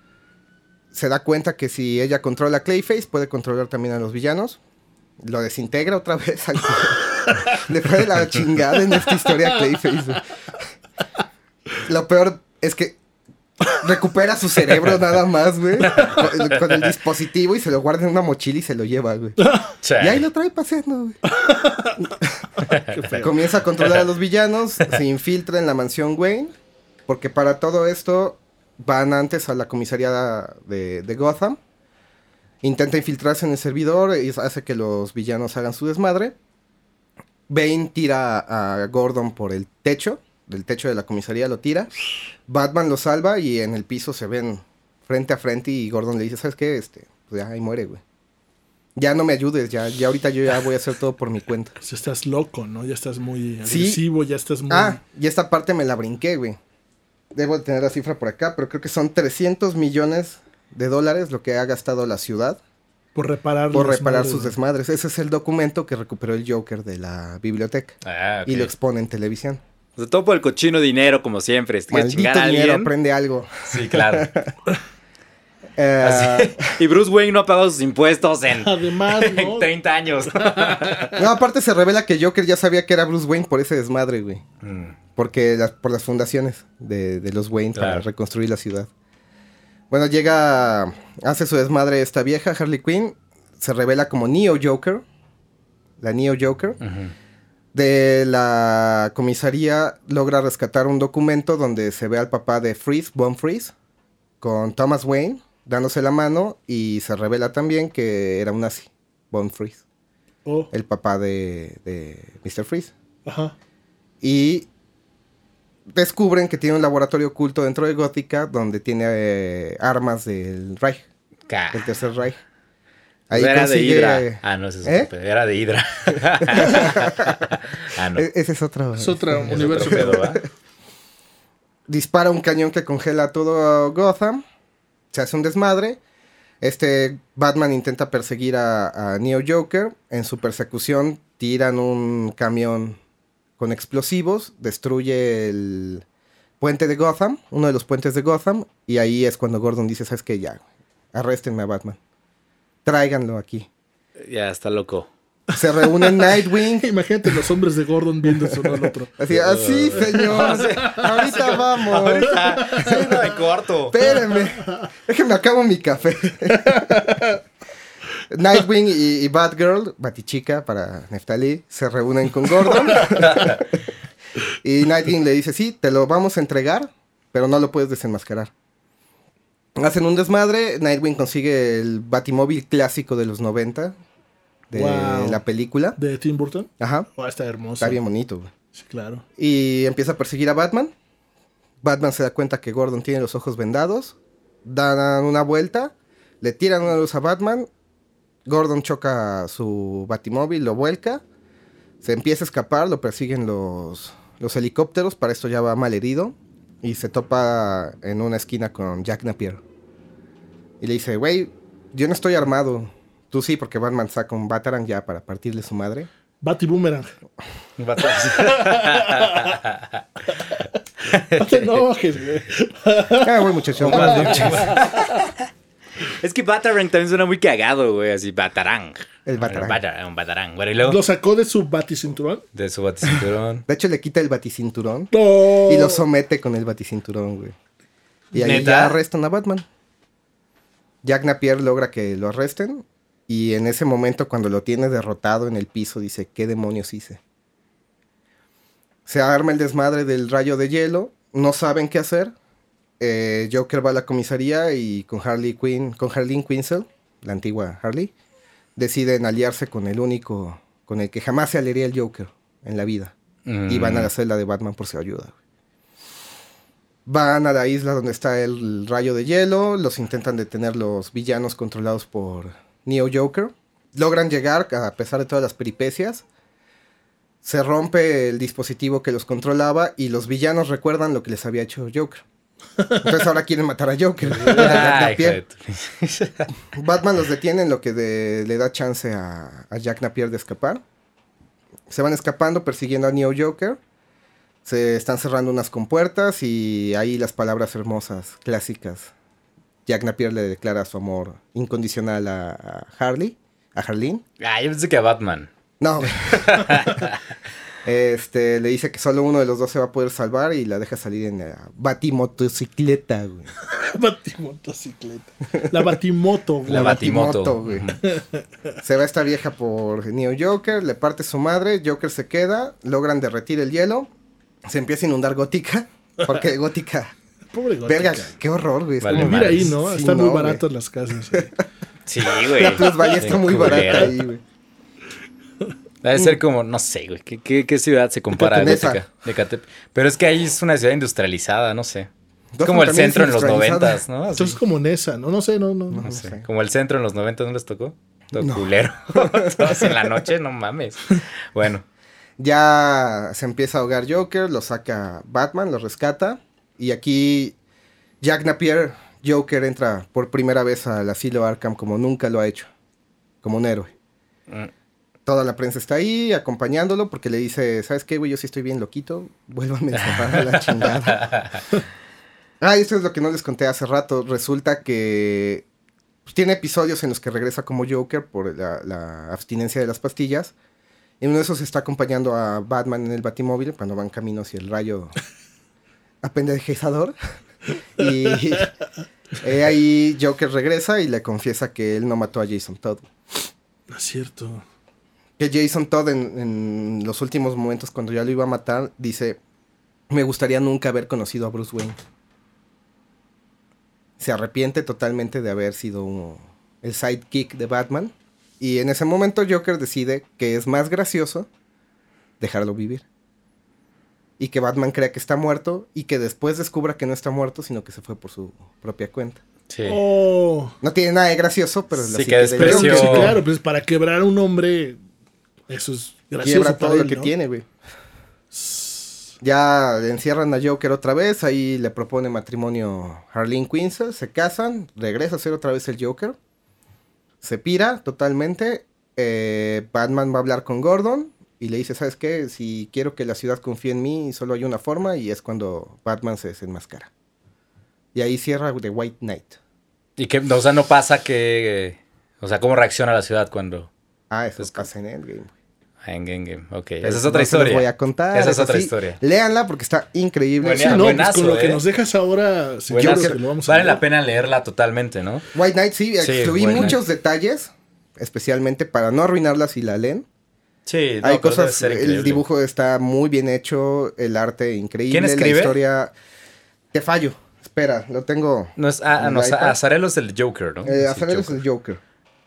Se da cuenta que si ella controla a Clayface, puede controlar también a los villanos. Lo desintegra otra vez. Le fue de la chingada en esta historia a Clayface. Lo peor es que recupera su cerebro nada más, güey. Con el dispositivo y se lo guarda en una mochila y se lo lleva, güey. Y ahí lo trae paseando, güey. Comienza a controlar a los villanos, se infiltra en la mansión Wayne, porque para todo esto van antes a la comisaría de Gotham. Intenta infiltrarse en el servidor y hace que los villanos hagan su desmadre. Bane tira a Gordon por el techo, del techo de la comisaría lo tira. Batman lo salva y en el piso se ven frente a frente y Gordon le dice, ¿sabes qué? Pues ya ahí muere, güey. Ya no me ayudes, ya ahorita yo ya voy a hacer todo por mi cuenta. Ya estás loco, ¿no? Ya estás muy Sí. agresivo, ya estás muy... Y esta parte me la brinqué, güey. Debo de tener la cifra por acá, pero creo que son $300 millones lo que ha gastado la ciudad Por reparar sus desmadres. Ese es el documento que recuperó el Joker de la biblioteca. Ah, ok. Y lo expone en televisión. O sea, todo por el cochino dinero, como siempre. Si quieres Maldito chingar a dinero, alguien. aprende algo. Sí, claro. Eh, Así. Y Bruce Wayne no ha pagado sus impuestos en, Además, en ¿no? 30 años. No, aparte se revela que Joker ya sabía que era Bruce Wayne por ese desmadre, güey. Porque por las fundaciones de los Wayne para Claro. reconstruir la ciudad. Bueno, hace su desmadre esta vieja, Harley Quinn. Se revela como Neo Joker. La Neo Joker. De la comisaría logra rescatar un documento donde se ve al papá de Freeze, Von Freeze, con Thomas Wayne, dándose la mano. Y se revela también que era un nazi, Von Freeze. Oh, El papá de Mr. Freeze. ajá. Y descubren que tiene un laboratorio oculto dentro de Gótica donde tiene armas del Reich, del Tercer Reich. Ahí Era de consigue... Hydra. Ah, no, ese es ¿Eh? otro pedo. Era de Hydra. Ah, no. Ese es otro... Es otro Es universo. otro pedo, ¿va? Dispara un cañón que congela todo Gotham. Se hace un desmadre. Batman intenta perseguir a Neo Joker. En su persecución tiran un camión con explosivos. Destruye el puente de Gotham. Uno de los puentes de Gotham. Y ahí es cuando Gordon dice, ¿sabes qué? Ya, arréstenme a Batman. Tráiganlo aquí. Ya está loco. Se reúnen Nightwing. Imagínate los hombres de Gordon viéndose uno al otro. Así, señor. Ahorita vamos. Ahorita. Sí, no, de corto. Espérenme. Déjenme acabo mi café. Nightwing y Batgirl, Batichica para Neftali, se reúnen con Gordon. Y Nightwing le dice, sí, te lo vamos a entregar, pero no lo puedes desenmascarar. Hacen un desmadre. Nightwing consigue el Batimóvil clásico de los 90. de Wow. la película. ¿De Tim Burton? Ajá. Oh, está hermoso. Está bien bonito, güey. Sí, claro. Y empieza a perseguir a Batman. Batman se da cuenta que Gordon tiene los ojos vendados. Dan una vuelta. Le tiran una luz a Batman. Gordon choca su batimóvil, lo vuelca. Se empieza a escapar, lo persiguen los helicópteros. Para esto ya va mal herido. Y se topa en una esquina con Jack Napier. Y le dice, güey, yo no estoy armado. Tú sí, porque Batman saca un Batarang ya para partirle su madre. Bati Boomerang. No No te enojes, güey. Güey, muchacho. Es que Batarang también suena muy cagado, güey. Así, Batarang. El Batarang. Un Batarang. Bueno, y luego Lo sacó de su baticinturón. de su baticinturón. De hecho, le quita el baticinturón. No. Y lo somete con el baticinturón, güey. Y ahí ¿Neta? ya arrestan a Batman. Jack Napier logra que lo arresten. Y en ese momento, cuando lo tiene derrotado en el piso, dice, ¿qué demonios hice? Se arma el desmadre del rayo de hielo. No saben qué hacer. Joker va a la comisaría y con Harley Quinzel, la antigua Harley, deciden aliarse con el único con el que jamás se aliaría el Joker en la vida. Y van a la celda de Batman por su ayuda. Van a la isla donde está el rayo de hielo. Los intentan detener los villanos controlados por Neo Joker. Logran llegar a pesar de todas las peripecias. Se rompe el dispositivo que los controlaba y los villanos recuerdan lo que les había hecho Joker. Entonces ahora quieren matar a Joker. Ay, Napier. hijo de Batman los detiene en lo que le da chance a Jack Napier de escapar. Se van escapando persiguiendo a Neo Joker. Se están cerrando unas compuertas y ahí las palabras hermosas, clásicas. Jack Napier le declara su amor incondicional a Harleen. Ah, yo pensé que a Batman. No. Le dice que solo uno de los dos se va a poder salvar y la deja salir en la batimotocicleta, güey. Batimotocicleta. La batimoto, güey. La Batimoto. güey. Se va esta vieja por Neo Joker, le parte su madre, Joker se queda, logran derretir el hielo, se empieza a inundar Gótica, porque Gótica... Pobre Gótica. Verga, qué horror, güey. Vale, Vivir ahí, ¿no? Sí, Están no, muy güey. baratas las casas. Sí, güey. La plusvalía está muy barata ahí, güey. Debe ser como, no sé, güey. ¿Qué ciudad se compara a Ecatepec. Gótica? Ecatepec. Pero es que ahí es una ciudad industrializada, no sé. Es Gotham como el también es centro en los industrializada. 90s, ¿no? Así, Entonces como Nesa, ¿no? No sé, no. no sé. sé. Como el centro en los 90 ¿no les tocó? Todo No. culero. Todos en la noche, no mames. Bueno. Ya se empieza a ahogar Joker, lo saca Batman, lo rescata. Y aquí Jack Napier, Joker, entra por primera vez al asilo Arkham como nunca lo ha hecho. Como un héroe. Toda la prensa está ahí acompañándolo porque le dice, ¿sabes qué, güey? Yo sí estoy bien loquito. Vuélvame a escapar a la chingada. Esto es lo que no les conté hace rato. Resulta que pues, tiene episodios en los que regresa como Joker por la abstinencia de las pastillas. En uno de esos está acompañando a Batman en el Batimóvil cuando van camino hacia el rayo apendejizador. Y ahí Joker regresa y le confiesa que él no mató a Jason Todd. No es cierto. Que Jason Todd en los últimos momentos cuando ya lo iba a matar dice, me gustaría nunca haber conocido a Bruce Wayne. Se arrepiente totalmente de haber sido el sidekick de Batman. Y en ese momento Joker decide que es más gracioso dejarlo vivir. Y que Batman crea que está muerto y que después descubra que no está muerto, sino que se fue por su propia cuenta. Sí. Oh. No tiene nada de gracioso, pero Sí, la que psique de despreció. Joker Sí, claro, pues para quebrar a un hombre, eso es gracioso quiebra para todo lo él, que ¿no? tiene, güey. Ya encierran a Joker otra vez, ahí le propone matrimonio Harleen Quinzel, se casan, regresa a ser otra vez el Joker, se pira totalmente, Batman va a hablar con Gordon y le dice, ¿sabes qué? Si quiero que la ciudad confíe en mí, solo hay una forma y es cuando Batman se desenmascara. Y ahí cierra The White Knight. Y que, o sea, no pasa que... O sea, ¿cómo reacciona la ciudad cuando... Eso Pues, pasa en Endgame. En Endgame? Ok, Pero esa es no otra se los historia. voy a contar. Esa es eso otra sí, historia. Léanla porque está increíble. Buena- Sí, no, pues buenazo, con lo que ¿eh? nos dejas ahora, sí, Buenazo. yo creo que lo vamos a Vale leer. la pena leerla totalmente, ¿no? White Knight, sí, Sí, excluí White muchos detalles, especialmente para no arruinarla si la leen. Sí, Hay cosas, el dibujo está muy bien hecho, el arte increíble. ¿Quién escribe? La historia, te fallo, espera, lo tengo. No es, en el iPad. Azarelo es el Joker, ¿no? Sí, Azarelo es Joker. el Joker.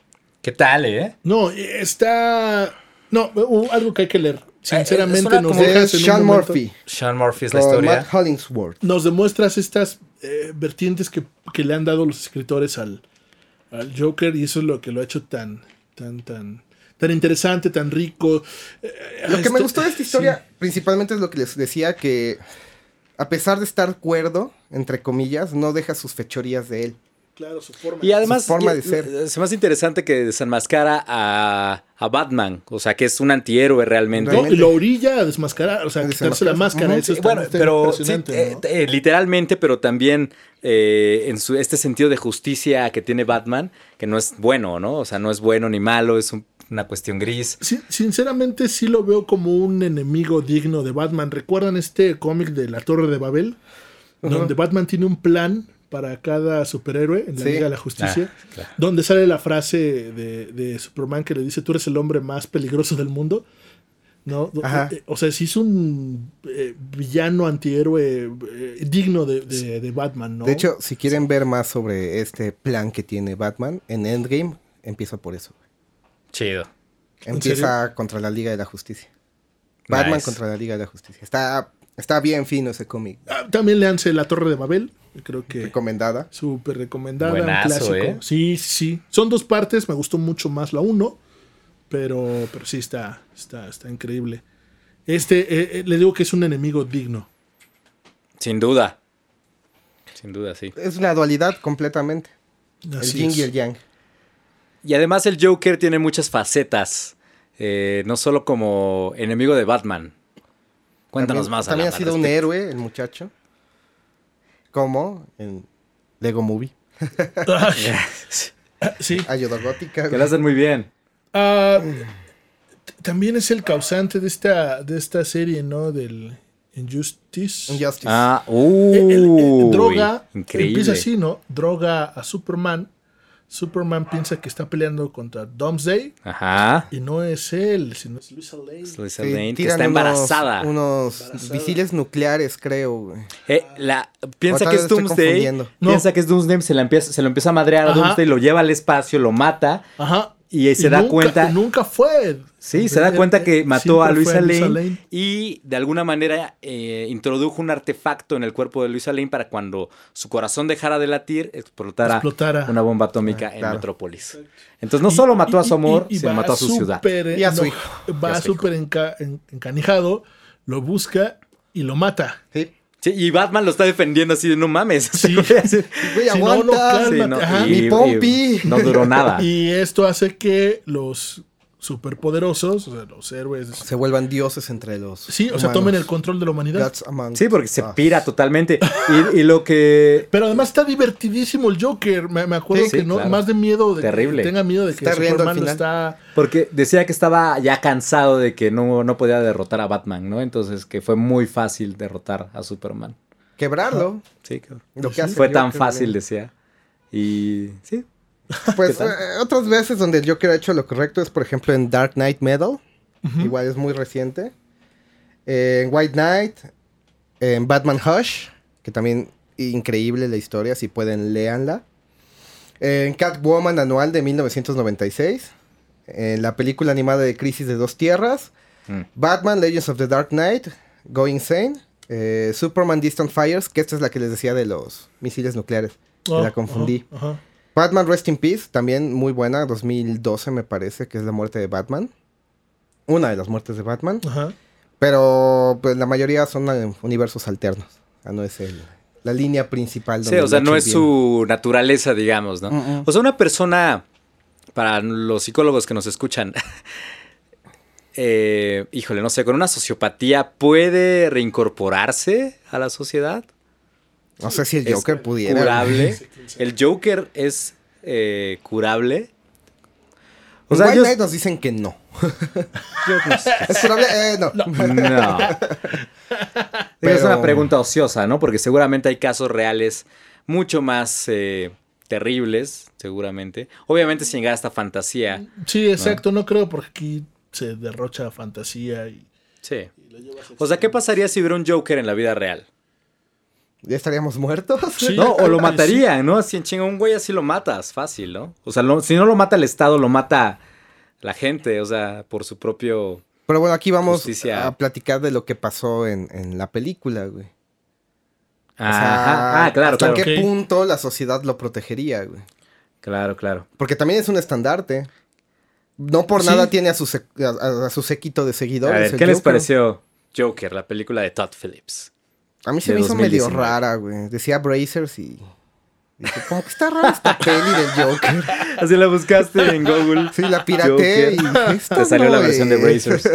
¿Qué tal, eh? No, está... No, algo que hay que leer. Sinceramente, suena nos como dejas Es en Sean un momento- Murphy. Sean Murphy es la Con historia. Matt Hollingsworth. Nos demuestras estas vertientes que le han dado los escritores al Joker, y eso es lo que lo ha hecho tan interesante, tan rico. Lo que me gustó de esta historia, principalmente es lo que les decía, que a pesar de estar cuerdo, entre comillas, no deja sus fechorías de él. Claro, su forma. Y además, Su forma de ser. se me hace interesante que desenmascara a Batman. O sea, que es un antihéroe realmente. No, y lo orilla a desmascarar, o sea, a quitarse la máscara. Ujú. Eso Sí, está, bueno, está pero impresionante, sí, ¿no? literalmente, pero también en este sentido de justicia que tiene Batman, que no es bueno, ¿no? O sea, no es bueno ni malo, es una cuestión gris. Sí, sinceramente sí lo veo como un enemigo digno de Batman. ¿Recuerdan este cómic de La Torre de Babel? Donde Batman tiene un plan para cada superhéroe en la Sí. Liga de la Justicia, claro. donde sale la frase de Superman que le dice: tú eres el hombre más peligroso del mundo, ¿no? Ajá. O sea, sí es un villano antihéroe digno de Batman, ¿no? De hecho, si quieren ver más sobre este plan que tiene Batman, en Endgame empieza por eso. Chido. Empieza contra la Liga de la Justicia. Batman Nice. contra la Liga de la Justicia. Está bien fino ese cómic. También le hace La Torre de Babel, creo que Recomendada. súper recomendada, Buenazo, un clásico. ¿eh? Sí. Son 2 partes, me gustó mucho más la 1, pero sí está increíble. Le digo que es un enemigo digno. Sin duda. Sin duda, sí. Es una dualidad completamente. Así el yin es. y el yang. Y además el Joker tiene muchas facetas. No solo como enemigo de Batman. Cuéntanos más. También ha Alan, sido al un respecto. héroe, el muchacho. Como en Lego Movie. Sí. Ayuda gótica. Que lo hacen muy bien. También es el causante de esta serie, ¿no? Del Injustice. Injustice. Droga, Increíble. empieza así, ¿no? Droga a Superman. Superman piensa que está peleando contra Doomsday Ajá. y no es él, sino es Luisa Lane. Lois Sí, Lane, que tiran está embarazada. Unos misiles nucleares, creo. Güey. Piensa O tal que vez es estoy Doomsday. confundiendo. No. Piensa que es Doomsday, se lo empieza a madrear a Ajá. Doomsday, lo lleva al espacio, lo mata. Ajá. Y se da nunca, cuenta. Nunca fue. Sí, se da cuenta que mató a Siempre Luisa fue Lane, y de alguna manera introdujo un artefacto en el cuerpo de Luisa Lane para cuando su corazón dejara de latir, explotara Explotara. una bomba atómica en claro. Metrópolis. Entonces no solo mató a su amor, y sino va mató a su ciudad. súper, Y a su hijo. Va Y a su súper encanijado, lo busca y lo mata. Sí. Sí, y Batman lo está defendiendo así de no mames. Sí. Güey, Si no, aguanta. cálmate. Sí, no, Ajá. Mi Pompi. no duró nada. Y esto hace que los superpoderosos, o sea, los héroes, Se vuelvan dioses entre los. sí, o sea, humanos. tomen el control de la humanidad. Gods among Sí, porque se us. pira totalmente. Y lo que... Pero además está divertidísimo el Joker. Me acuerdo Sí, que no, claro. más de miedo de Terrible. que tenga miedo de que Está riendo al Superman lo final. está. Porque decía que estaba ya cansado de que no podía derrotar a Batman, ¿no? Entonces que fue muy fácil derrotar a Superman. Quebrarlo. Sí, cabrón. Lo que hace Fue el tan Joker, fácil, güey. decía. Y sí. Pues otras veces donde el Joker ha hecho lo correcto es, por ejemplo, en Dark Knight Metal. Igual es muy reciente. En White Knight. En Batman Hush. Que también increíble la historia. Si pueden, léanla. En Catwoman Anual de 1996. En la película animada de Crisis de Dos Tierras. Batman Legends of the Dark Knight. Go Insane. Superman Distant Fires. Que esta es la que les decía de los misiles nucleares. Oh, la confundí. ajá. Batman Rest in Peace, también muy buena, 2012 me parece, que es la muerte de Batman. Una de las muertes de Batman. Ajá. Pero pues la mayoría son universos alternos. O sea, no es la línea principal. Sí, donde o sea, lo no hacen es bien. su naturaleza, digamos, ¿no? O sea, una persona, para los psicólogos que nos escuchan, híjole, no sé, con una sociopatía, ¿puede reincorporarse a la sociedad? No sé si el ¿Es Joker pudiera. curable? ¿El Joker es curable? O En sea, White yo... Knight nos dicen que no. yo no sé. ¿Es curable? No. No. Es una pregunta ociosa, ¿no? Porque seguramente hay casos reales mucho más terribles, seguramente. Obviamente sin llegar a esta fantasía. Sí, exacto, no creo porque aquí se derrocha fantasía y Sí. O sea, ¿qué pasaría si hubiera un Joker en la vida real? ¿Ya estaríamos muertos? Sí. No, o lo Sí. matarían, ¿no? Así en chinga, un güey así lo matas, fácil, ¿no? O sea, si no lo mata el Estado, lo mata la gente, o sea, por su propio... Pero bueno, aquí vamos Justicia. a platicar de lo que pasó en la película, güey. O Ajá. sea, Ah, claro, ¿hasta claro. qué Ok. punto la sociedad lo protegería, güey? Claro, claro. Porque también es un estandarte. No por Sí. nada tiene a su séquito de A seguidores. ver, el ¿qué les Joker. pareció Joker, la película de Todd Phillips? A mí se de me hizo medio 2019? rara, güey. Decía Brazers y... Dije, como que está rara esta peli del Joker. Así la buscaste en Google. Sí, la pirateé y... Joker. Esta Te salió no la versión de es. Brazers.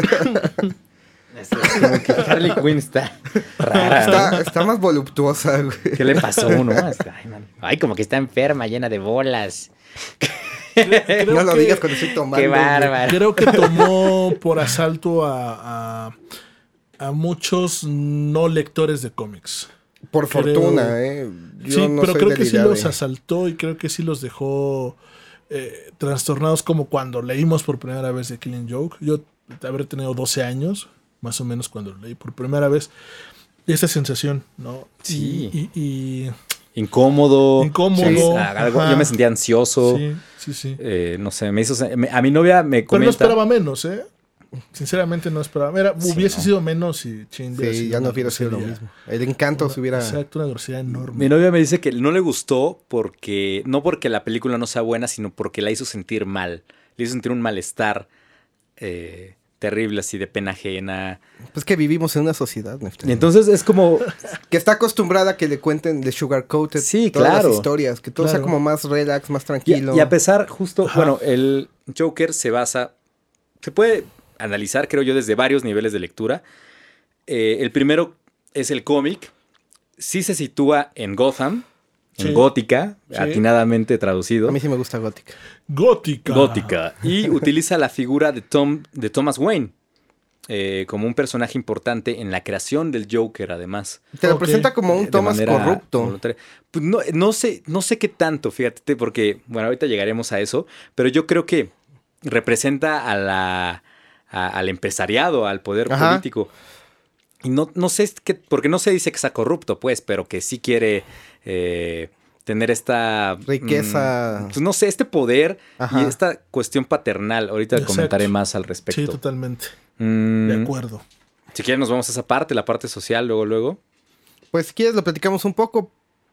Como que Harley Quinn está rara, ¿no? Está más voluptuosa, güey. ¿Qué le pasó, no? Ay, man. Ay, como que está enferma, llena de bolas. Creo No lo que- digas cuando estoy tomando. Qué güey. bárbaro. Creo que tomó por asalto a muchos no lectores de cómics. Por Creo- fortuna, ¿eh? Yo Sí, no pero soy creo de que la sí idea los de- asaltó y creo que sí los dejó trastornados como cuando leímos por primera vez The Killing Joke. Yo habré tenido 12 años, más o menos, cuando lo leí por primera vez. Esa sensación, ¿no? Sí. Y Incómodo. Incómodo, Sí, algo- ajá. yo me sentía ansioso. sí. No sé, me hizo... a mi novia me Pero no comenta... esperaba menos, ¿eh? Sinceramente no esperaba. Sí, hubiese no. sido menos y Chain hubiera Sí, sido ya no una hubiera sido lo grosería. mismo. El encanto se hubiera... Exacto, una grosería enorme. Mi novia me dice que no le gustó porque... No porque la película no sea buena, sino porque la hizo sentir mal. Le hizo sentir un malestar terrible, así de pena ajena. Pues que vivimos en una sociedad, Y entonces es como... que está acostumbrada a que le cuenten de sugarcoated Sí, todas claro. las historias, que todo sea Claro. como más relax, más tranquilo. Y a pesar, justo, Ajá. bueno, el Joker se basa, se puede analizar, creo yo, desde varios niveles de lectura. El primero es el cómic. Sí se sitúa en Gotham, Sí. en Gótica, Sí. atinadamente traducido. A mí sí me gusta Gothic. Gótica. Gótica. Y utiliza la figura de Thomas Wayne como un personaje importante en la creación del Joker, además. Te lo Ok. presenta como un De Thomas manera corrupto. voluntaria. Pues no sé qué tanto, fíjate, porque, bueno, ahorita llegaremos a eso, pero yo creo que representa al empresariado, al poder Ajá. político. Y no sé, porque no se dice que sea corrupto, pues, pero que sí quiere tener esta... Riqueza. pues no sé, este poder Ajá. y esta cuestión paternal. Ahorita Exacto. comentaré más al Sí, respecto. totalmente. Mm, De acuerdo. si quieres nos vamos a esa parte, la parte social, luego. Pues si quieres lo platicamos un poco.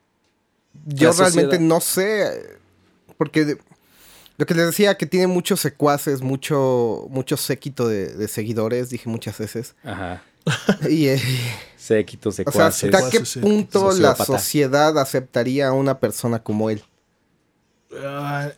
Yo La realmente sociedad. no sé, porque lo que les decía, que tiene muchos secuaces, mucho séquito de seguidores, dije muchas veces. Ajá. Y, Séquitos, o sea, secuaces. ¿hasta qué Sí, punto la sociópata. sociedad aceptaría a una persona como él? Ah,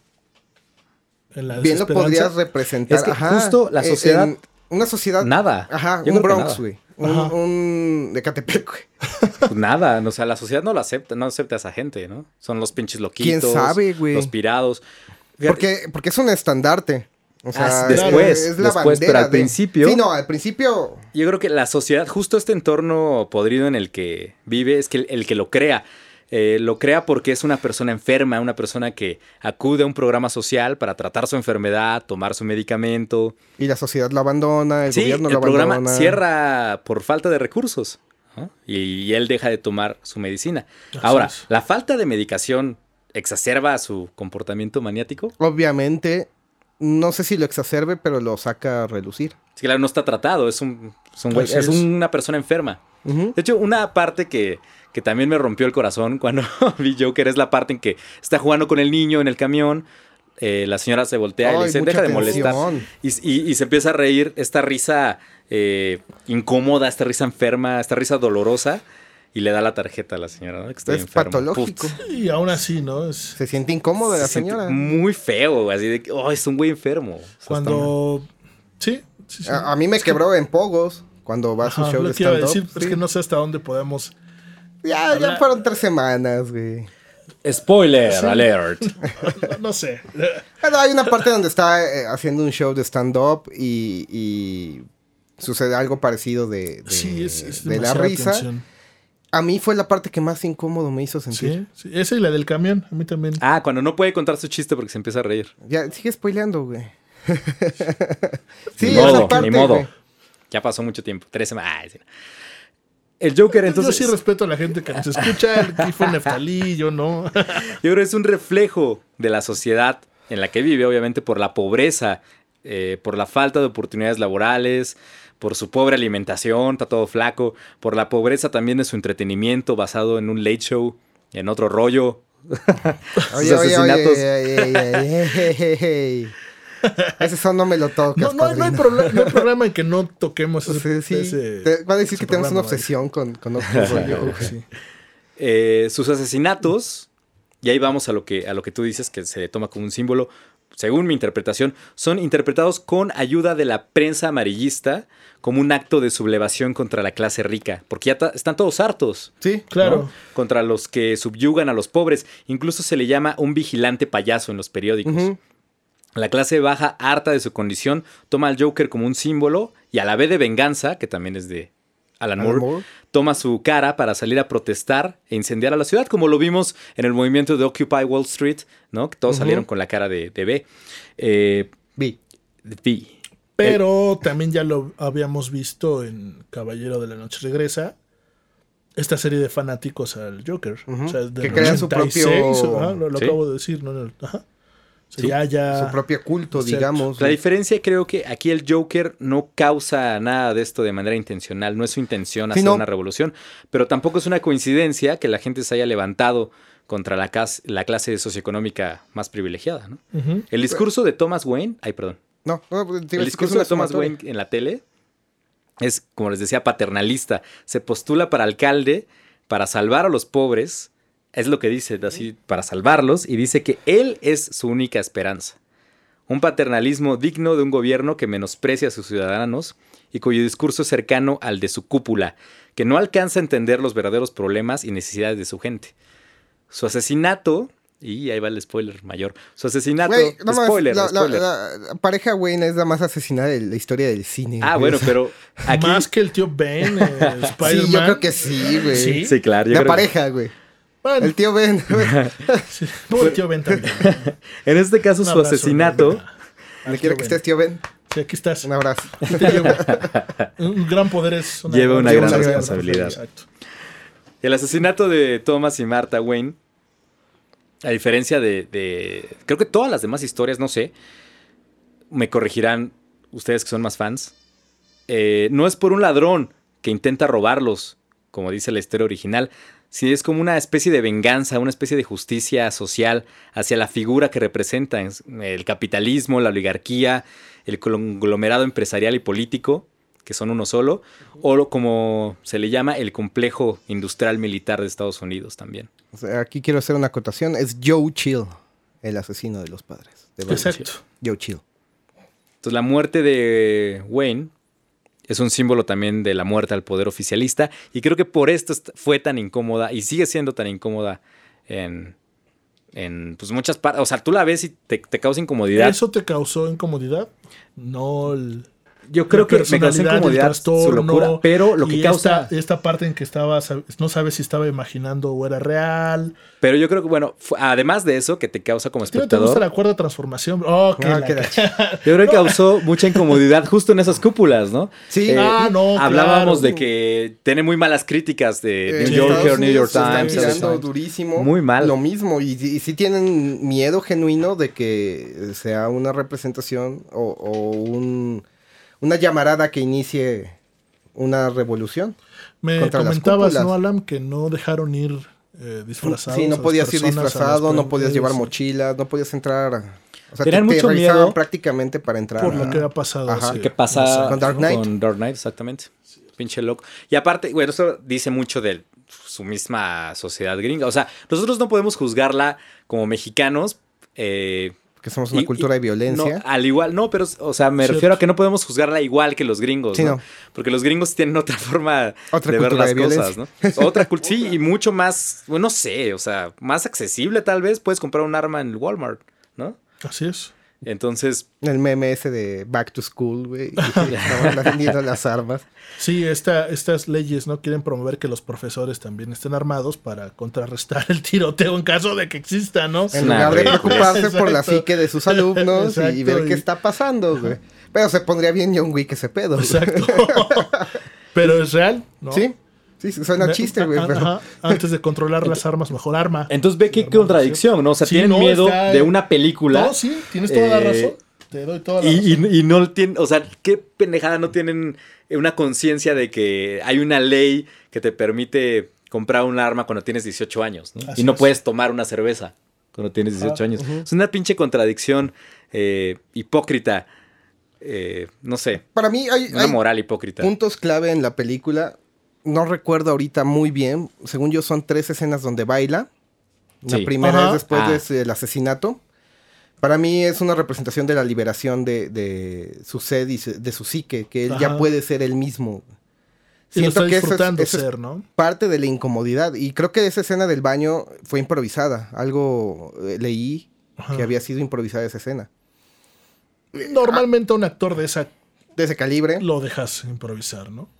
en la Bien lo desesperanza. podrías representar. Es que ajá, justo la sociedad- en una sociedad... Nada. Ajá, Yo un creo que Bronx, nada. güey. Ajá. Un de Catepec, güey. Pues nada, o sea, la sociedad no lo acepta, no acepta a esa gente, ¿no? Son los pinches loquitos. ¿Quién sabe, güey? Los pirados. Fíjate, Porque es un estandarte. O sea, después, es la después, pero bandera al principio- Sí, no, al principio... yo creo que la sociedad, justo este entorno podrido en el que vive, es que el que lo crea. Lo crea porque es una persona enferma, una persona que acude a un programa social para tratar su enfermedad, tomar su medicamento. Y la sociedad lo abandona, el Sí, gobierno el lo programa abandona. cierra por falta de recursos, ¿no? Y él deja de tomar su medicina. Así Ahora, es. la falta de medicación exacerba su comportamiento maniático. Obviamente, no sé si lo exacerbe, pero lo saca a relucir. Sí, claro, no está tratado, es un güey, Así es es. una persona enferma. Ujú. De hecho, una parte que también me rompió el corazón cuando vi Joker es la parte en que está jugando con el niño en el camión. La señora se voltea y le Ay, dice, mucha deja de molestar. tensión. Y se empieza a reír esta risa incómoda, esta risa enferma, esta risa dolorosa. Y le da la tarjeta a la señora, ¿no? Que estoy Es enfermo. patológico. Puf, Y aún así, ¿no? Es Se siente incómoda la se siente señora. muy feo, así de que, oh, es un güey enfermo. O sea, cuando... Sí. A mí me quebró en Pogos cuando va a su Ajá, show lo de que iba a stand-up. decir, es sí. que no sé hasta dónde podemos... Ya Habla- fueron 3 semanas, güey. Spoiler Sí. alert. No sé. Bueno, hay una parte donde está haciendo un show de stand-up y sucede algo parecido de Sí, es de la demasiada risa. tensión. A mí fue la parte que más incómodo me hizo sentir. Sí, esa y la del camión, a mí también. Ah, cuando no puede contar su chiste porque se empieza a reír. Ya, sigue spoileando, güey. sí, Ni esa modo, parte, ni modo. güey. Ya pasó mucho tiempo, 3 semanas. Ay, sí. El Joker, entonces... Yo sí respeto a la gente que nos escucha. Aquí fue Neftalí, yo no. Yo creo que es un reflejo de la sociedad en la que vive, obviamente por la pobreza, por la falta de oportunidades laborales, por su pobre alimentación, está todo flaco, por la pobreza también de su entretenimiento basado en un late show, en otro rollo. Sus asesinatos. Ese son no me lo tocas. No hay problema en que no toquemos ese. Te va a decir que tenemos una programa, obsesión con otro rollo. Sí. Sus asesinatos, y ahí vamos a lo que tú dices, que se toma como un símbolo, según mi interpretación, son interpretados con ayuda de la prensa amarillista como un acto de sublevación contra la clase rica, porque ya están todos hartos. Sí, claro. ¿No? Contra los que subyugan a los pobres. Incluso se le llama un vigilante payaso en los periódicos. Uh-huh. La clase baja, harta de su condición, toma al Joker como un símbolo y a la vez de venganza, que también es de Alan Moore, toma su cara para salir a protestar e incendiar a la ciudad, como lo vimos en el movimiento de Occupy Wall Street, ¿no? Que todos salieron con la cara de B. B. Pero también ya lo habíamos visto en Caballero de la Noche Regresa, esta serie de fanáticos al Joker. O sea, que crean su propio... lo acabo de decir, ¿no? Ajá. O sea, sí, su propio culto, digamos. La diferencia, creo que aquí el Joker no causa nada de esto de manera intencional. No es su intención hacer una revolución. Pero tampoco es una coincidencia que la gente se haya levantado contra la clase socioeconómica más privilegiada, ¿no? Uh-huh. El discurso de Thomas Wayne... Ay, perdón. El discurso de Thomas Wayne en la tele es, como les decía, paternalista. Se postula para alcalde para salvar a los pobres... Es lo que dice, así, para salvarlos, y dice que él es su única esperanza. Un paternalismo digno de un gobierno que menosprecia a sus ciudadanos y cuyo discurso es cercano al de su cúpula, que no alcanza a entender los verdaderos problemas y necesidades de su gente. Su asesinato, y ahí va el spoiler mayor, su asesinato... Spoiler. La pareja Wayne es la más asesinada de la historia del cine. Bueno, pero aquí... Más que el tío Ben, Spider-Man. Sí, yo creo que sí, güey. Sí, claro. La pareja, güey. Bueno. El tío Ben. Sí, el tío Ben también. En este caso, su asesinato... ¿Me quiero que estés, tío Ben? Sí, aquí estás. Un abrazo. Un gran poder es lleva una gran responsabilidad. Exacto. El asesinato de Thomas y Martha Wayne, a diferencia de creo que todas las demás historias, no sé, me corregirán ustedes que son más fans, no es por un ladrón que intenta robarlos, como dice la historia original, sí, es como una especie de venganza, una especie de justicia social hacia la figura que representan el capitalismo, la oligarquía, el conglomerado empresarial y político, que son uno solo, o como se le llama, el complejo industrial militar de Estados Unidos también. O sea, aquí quiero hacer una acotación, es Joe Chill, el asesino de los padres. Exacto. Joe Chill. Entonces la muerte de Wayne es un símbolo también de la muerte al poder oficialista. Y creo que por esto fue tan incómoda y sigue siendo tan incómoda en pues muchas partes. O sea, tú la ves y te causa incomodidad. ¿Eso te causó incomodidad? No yo creo que me causó incomodidad su locura, pero lo que causa... Esta parte en que no sabes si estaba imaginando o era real. Pero yo creo que, bueno, además de eso, que te causa como espectador... ¿Te gusta la cuarta transformación? Yo creo que causó mucha incomodidad justo en esas cúpulas, ¿no? Sí. Hablábamos de que tiene muy malas críticas de New Yorker, New York Times. Están tirando durísimo. Muy mal. Lo mismo. Y sí tienen miedo genuino de que sea una representación o una llamarada que inicie una revolución. Me comentabas, ¿no, Alan? Que no dejaron ir disfrazados. Sí, no podías ir disfrazado, no podías llevar mochilas, no podías entrar. O sea, tenían mucho miedo prácticamente para entrar. Por lo que ha pasado. ¿Qué pasa con Dark Knight? Con Dark Knight, exactamente. Sí. Pinche loco. Y aparte, bueno, eso dice mucho de su misma sociedad gringa. O sea, nosotros no podemos juzgarla como mexicanos. Que somos una cultura de violencia. No, al igual, no, pero, o sea, me refiero a que no podemos juzgarla igual que los gringos, sí, ¿no? Porque los gringos tienen otra forma de ver las cosas, ¿no? Sí, y mucho más, bueno, no sé, o sea, más accesible tal vez. Puedes comprar un arma en el Walmart, ¿no? Así es. Entonces... El meme ese de Back to School, güey. Estaban vendiendo las armas. Sí, estas leyes no quieren promover que los profesores también estén armados para contrarrestar el tiroteo en caso de que exista, ¿no? En lugar de preocuparse por la psique de sus alumnos y ver qué está pasando, güey. Pero se pondría bien John Wick ese pedo. Exacto. Pero es real, ¿no? Sí. Sí, suena chiste, güey. Pero... Antes de controlar las armas, mejor arma. Entonces ve qué contradicción, ¿no? O sea, Sí, tienen no, miedo está... de una película. No, sí, tienes toda la razón. Te doy toda la razón. Y no tienen, o sea, qué pendejada no tienen una conciencia de que hay una ley que te permite comprar un arma cuando tienes 18 años, ¿no? Y no puedes tomar una cerveza cuando tienes 18 años. Es una pinche contradicción hipócrita. No sé. Para mí hay moral hipócrita. Puntos clave en la película. No recuerdo ahorita muy bien. Según yo, son 3 escenas donde baila. La primera es después del asesinato. Para mí es una representación de la liberación de su sed y de su psique, que él ya puede ser él mismo. Siento que eso es ¿no? parte de la incomodidad. Y creo que esa escena del baño fue improvisada. Algo leí que había sido improvisada esa escena. Normalmente un actor de ese calibre lo dejas improvisar, ¿no?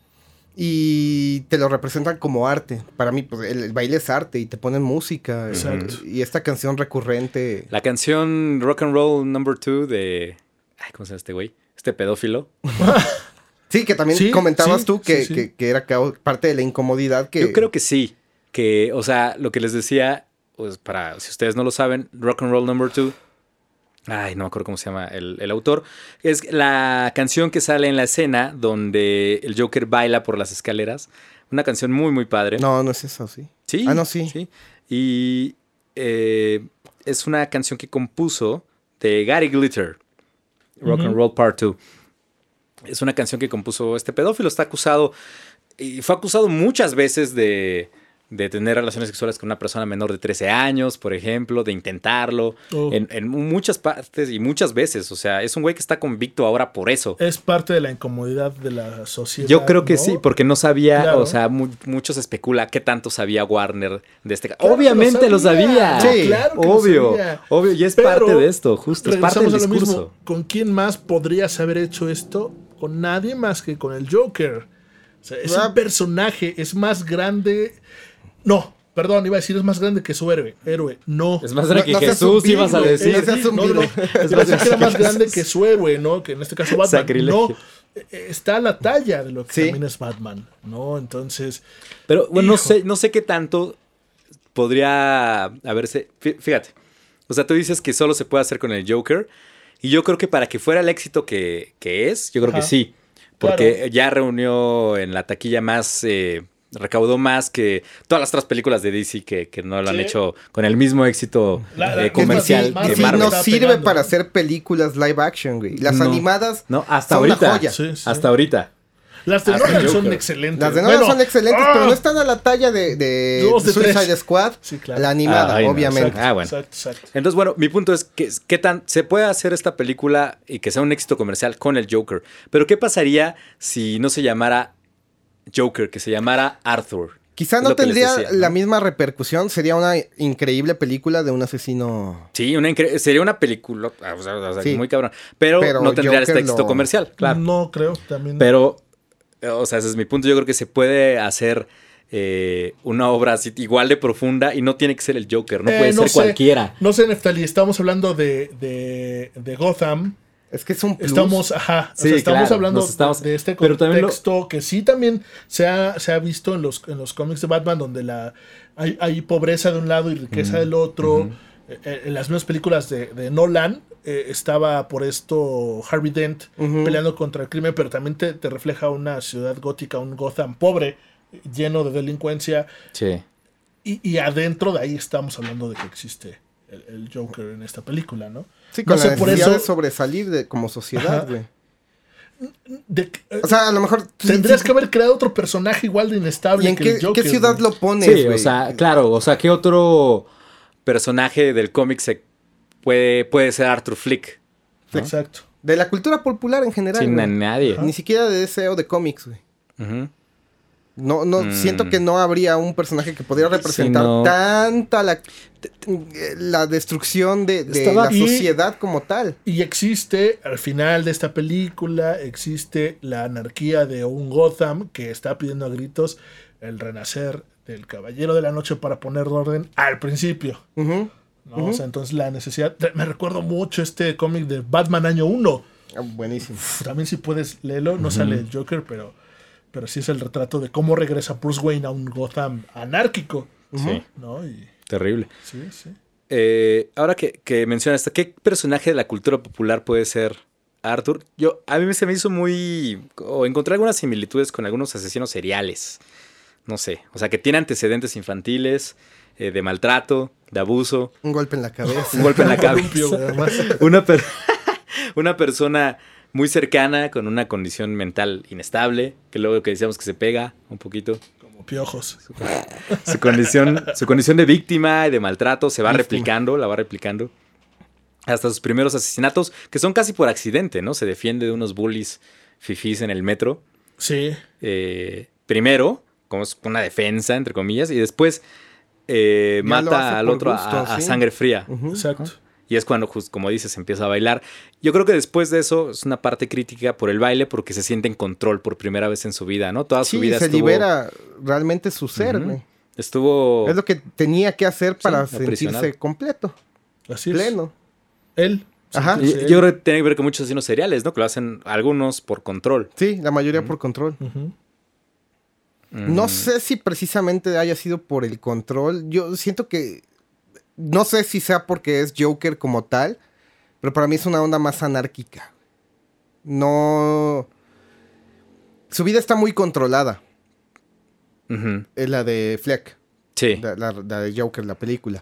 Y te lo representan como arte. Para mí, pues, el baile es arte y te ponen música. Exacto. Y esta canción recurrente. La canción Rock and Roll No. 2 de... Ay, ¿cómo se llama este güey? Este pedófilo. Sí, que también comentabas tú que era parte de la incomodidad que... Yo creo que sí. Que, o sea, lo que les decía, pues si ustedes no lo saben, Rock and Roll No. 2... Ay, no me acuerdo cómo se llama el autor. Es la canción que sale en la escena donde el Joker baila por las escaleras. Una canción muy, muy padre. No, no es eso, ¿sí? Sí. Ah, no, sí. Y es una canción que compuso de Gary Glitter. Rock and Roll Part 2. Es una canción que compuso este pedófilo. Está acusado, y fue acusado muchas veces de tener relaciones sexuales con una persona menor de 13 años, por ejemplo, de intentarlo, en muchas partes y muchas veces. O sea, es un güey que está convicto ahora por eso. Es parte de la incomodidad de la sociedad. Yo creo que ¿no? sí, porque no sabía, claro. O sea, muchos especula qué tanto sabía Warner de este caso. Claro, obviamente lo sabía. Sí, claro que obvio, lo sabía. obvio, y es Pero parte de esto, justo, es parte del discurso. Mismo. ¿Con quién más podrías haber hecho esto? Con nadie más que con el Joker. O sea, es un personaje, es más grande... No, perdón, iba a decir es más grande que su héroe. No. Es más grande que Jesús, ibas a decir. Era más grande que su héroe, ¿no? Que en este caso Batman. Sacrilegio. No, está a la talla de lo que también es Batman, ¿no? Entonces... Pero bueno, no sé qué tanto podría haberse... Fíjate, o sea, tú dices que solo se puede hacer con el Joker, y yo creo que para que fuera el éxito que es, yo creo que sí. Porque ya reunió en la taquilla más... recaudó más que todas las otras películas de DC que no lo han hecho con el mismo éxito comercial que Marvel. No sirve para hacer películas live action, güey. Las animadas hasta son ahorita. una joya. Hasta ahorita. Las de Nolan son excelentes. Las de Nolan son excelentes, pero no están a la talla de Suicide Squad. Sí, claro. La animada, obviamente. Bueno. Exacto. Entonces, bueno, mi punto es que qué tan se puede hacer esta película y que sea un éxito comercial con el Joker. Pero ¿qué pasaría si no se llamara Joker, que se llamara Arthur? Quizá no tendría la misma repercusión. Sería una increíble película de un asesino. Sí, sería una película, o sea, muy cabrón. Pero no tendría este éxito comercial, claro. No creo, también. Pero, o sea, ese es mi punto. Yo creo que se puede hacer una obra así, igual de profunda, y no tiene que ser el Joker. No puede ser cualquiera. No sé, Neftali, estamos hablando de Gotham. Es que es un plus. Estamos hablando de este contexto que sí también se ha visto en los cómics de Batman, donde hay pobreza de un lado y riqueza del otro. En las mismas películas de Nolan estaba por esto Harvey Dent peleando contra el crimen, pero también te refleja una ciudad gótica, un Gotham pobre, lleno de delincuencia. Sí. Y adentro de ahí estamos hablando de que existe el Joker en esta película, ¿no? Sí, con la necesidad de sobresalir como sociedad, güey. O sea, a lo mejor... Tendrías que haber creado otro personaje igual de inestable. ¿Y en que el Joker, qué ciudad lo pones, sí, güey? O sea, claro, o sea, ¿qué otro personaje del cómic puede ser Arthur Flick? ¿No? Exacto. De la cultura popular en general. Sin nadie. Ni siquiera de DC o de cómics, güey. No, siento que no habría un personaje que pudiera representar tanta la destrucción de la sociedad como tal. Y existe, al final de esta película, existe la anarquía de un Gotham que está pidiendo a gritos el renacer del Caballero de la Noche para poner orden al principio. ¿No? O sea, entonces la necesidad... Me recuerdo mucho este cómic de Batman Año 1. Buenísimo. También si puedes leerlo, no sale el Joker, pero pero sí es el retrato de cómo regresa Bruce Wayne a un Gotham anárquico. Sí. ¿No? Y, Terrible. sí, sí. Ahora que mencionas esto, ¿qué personaje de la cultura popular puede ser Arthur? A mí se me hizo o encontré algunas similitudes con algunos asesinos seriales. No sé, o sea, que tiene antecedentes infantiles, de maltrato, de abuso. Un golpe en la cabeza. Un golpe en la Columpio, cabeza. además. Una persona muy cercana, con una condición mental inestable, que luego que decíamos que se pega un poquito. Como piojos. Su condición de víctima y de maltrato se va replicando, la va replicando. Hasta sus primeros asesinatos, que son casi por accidente, ¿no? Se defiende de unos bullies fifís en el metro. Sí. Primero, como es una defensa, entre comillas, y después mata al otro gusto, a sí. sangre fría. Exacto. Y es cuando, como dices, empieza a bailar. Yo creo que después de eso es una parte crítica por el baile porque se siente en control por primera vez en su vida, ¿no? Toda su vida se estuvo... libera realmente su ser, güey. Estuvo... Es lo que tenía que hacer para aprisionado. sentirse completo, Así es. pleno. Él. Ajá. sentirse Yo creo que tiene que ver con muchos asesinos seriales, ¿no? Que lo hacen algunos por control. Sí, la mayoría por control. Ujú. No sé si precisamente haya sido por el control. Yo siento que... No sé si sea porque es Joker como tal, pero para mí es una onda más anárquica. No... Su vida está muy controlada. Ujú. Es la de Fleck. Sí. La de Joker, la película.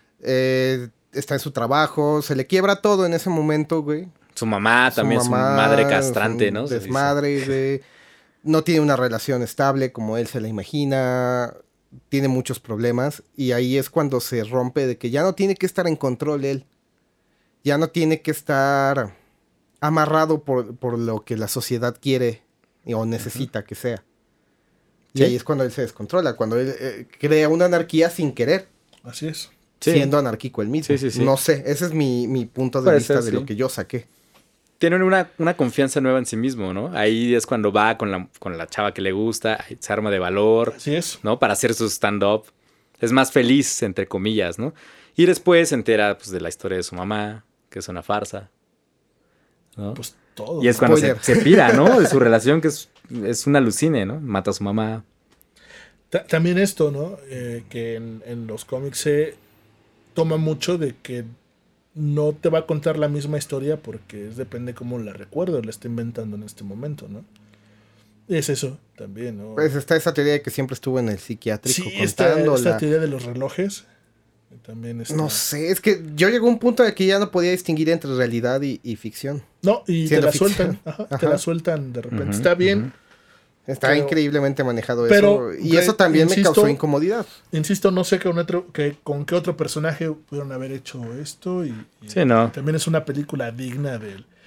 Está en su trabajo, se le quiebra todo en ese momento, güey. Su mamá también es una madre castrante, ¿no? Se dice. Desmadre, güey. No tiene una relación estable como él se la imagina. Tiene muchos problemas. Y ahí es cuando se rompe de que ya no tiene que estar en control él. Ya no tiene que estar amarrado por lo que la sociedad quiere o necesita que sea. Y Sí. ahí es cuando él se descontrola. Cuando él crea una anarquía sin querer. Así es. Sí. Siendo anárquico él mismo. Sí. No sé, ese es mi punto de Puede vista ser, de sí. lo que yo saqué. Tiene una confianza nueva en sí mismo, ¿no? Ahí es cuando va con la chava que le gusta, se arma de valor, Así es. ¿no? Para hacer su stand-up. Es más feliz, entre comillas, ¿no? Y después se entera, pues, de la historia de su mamá, que es una farsa, ¿no? Pues todo. Y es cuando Spoiler. se pira, ¿no? De su relación, que es un alucine, ¿no? Mata a su mamá. También esto, ¿no? Que en los cómics se toma mucho de que no te va a contar la misma historia porque depende cómo la recuerdo, la está inventando en este momento, ¿no? Es eso también, ¿no? Pues está esa teoría de que siempre estuvo en el psiquiátrico sí, esta contándola. teoría de los relojes también está... No sé, es que yo llegó a un punto de que ya no podía distinguir entre realidad y ficción. No, y te Siendo la ficción. sueltan. Ajá, te Ajá. la sueltan de repente. Ujú, Está bien. ujú. Está Pero- increíblemente manejado pero, eso. Y eso también me insisto- causó incomodidad. Insisto, no sé con qué otro personaje pudieron haber hecho esto. Y Sí, no. también es una película digna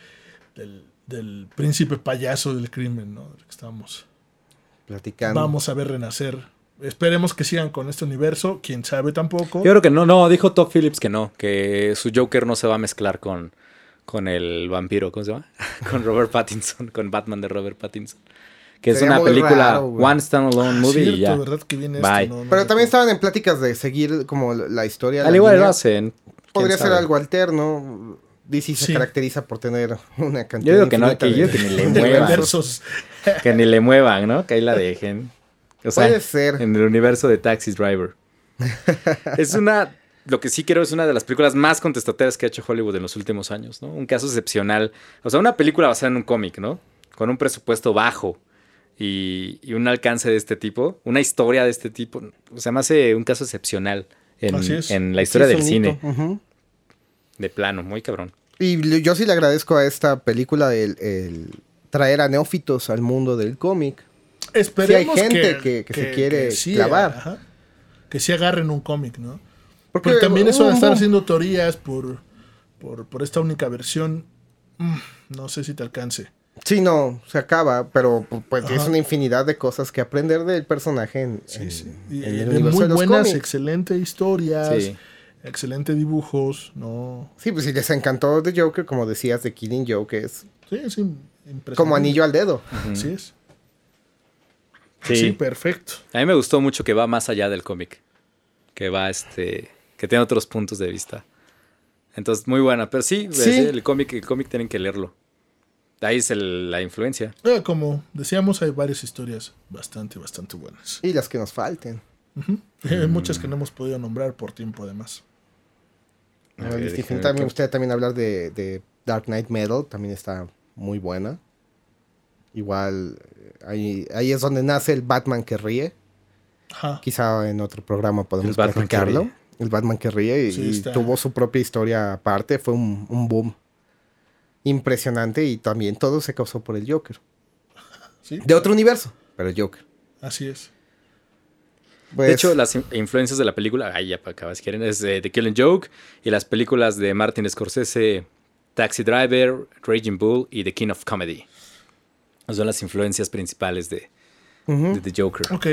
del príncipe payaso del crimen, ¿no? Del que estamos. Platicando. Vamos a ver renacer. Esperemos que sigan con este universo. Quién sabe tampoco. Yo creo que no, dijo Todd Phillips que su Joker no se va a mezclar con el vampiro, ¿cómo se llama? Con Robert Pattinson, con Batman de Robert Pattinson. Que es Sería una muy película raro, güey. one standalone movie Cierto, y ya. ¿verdad? Que viene Bye. esto. No Pero también recuerdo. estaban en pláticas de seguir como la historia. Al la igual línea. lo hacen. Podría quién ser sabe. algo alterno. DC se Sí. caracteriza por tener una cantidad Yo digo que no, infinita que ni le De muevan. universos. Que ni le muevan, ¿no? Que ahí la dejen. O sea, Puede ser. en el universo de Taxi Driver. Lo que sí creo es una de las películas más contestatorias que ha hecho Hollywood en los últimos años, ¿no? Un caso excepcional. O sea, una película basada en un cómic, ¿no? Con un presupuesto bajo y un alcance de este tipo, una historia de este tipo. O sea, me hace un caso excepcional Así es. en la historia Sí, del es un cine. hito. Ujú. De plano, muy cabrón. Y yo sí le agradezco a esta película el traer a neófitos al mundo del cómic. Esperemos Sí, hay gente que se quiere sí, clavar. ajá. Que sí agarren un cómic, ¿no? Porque Porque también eso de un estar boom. haciendo teorías por esta única versión, no sé si te alcance. Sí, no, se acaba, pero pues Ajá. es una infinidad de cosas que aprender del personaje en Y el de universo muy de los buenas, cómics. excelentes historias, Sí. excelentes dibujos, ¿no? Sí, pues si les encantó The Joker, como decías, de Killing Joke, es Sí, es impresionante. como anillo al dedo. Así es. Sí. Sí, perfecto. A mí me gustó mucho que va más allá del cómic. Que va, que tiene otros puntos de vista. Entonces, muy buena. Pero sí, Sí. el cómic tienen que leerlo. ahí es la influencia. Como decíamos, hay varias historias bastante buenas. Y las que nos falten. Hay muchas que no hemos podido nombrar por tiempo, además. También me gustaría también hablar de Dark Knight Metal, también está muy buena. Igual, ahí es donde nace el Batman que ríe. Ajá. Quizá en otro programa podemos platicarlo. El Batman que ríe y tuvo su propia historia aparte. Fue un boom impresionante y también todo se causó por el Joker. ¿Sí? De otro universo, pero el Joker. Así es. Pues, de hecho, las influencias de la película, ahí ya para acabar si quieren, es The Killing Joke y las películas de Martin Scorsese, Taxi Driver, Raging Bull y The King of Comedy. Son las influencias principales de The Joker. Ok.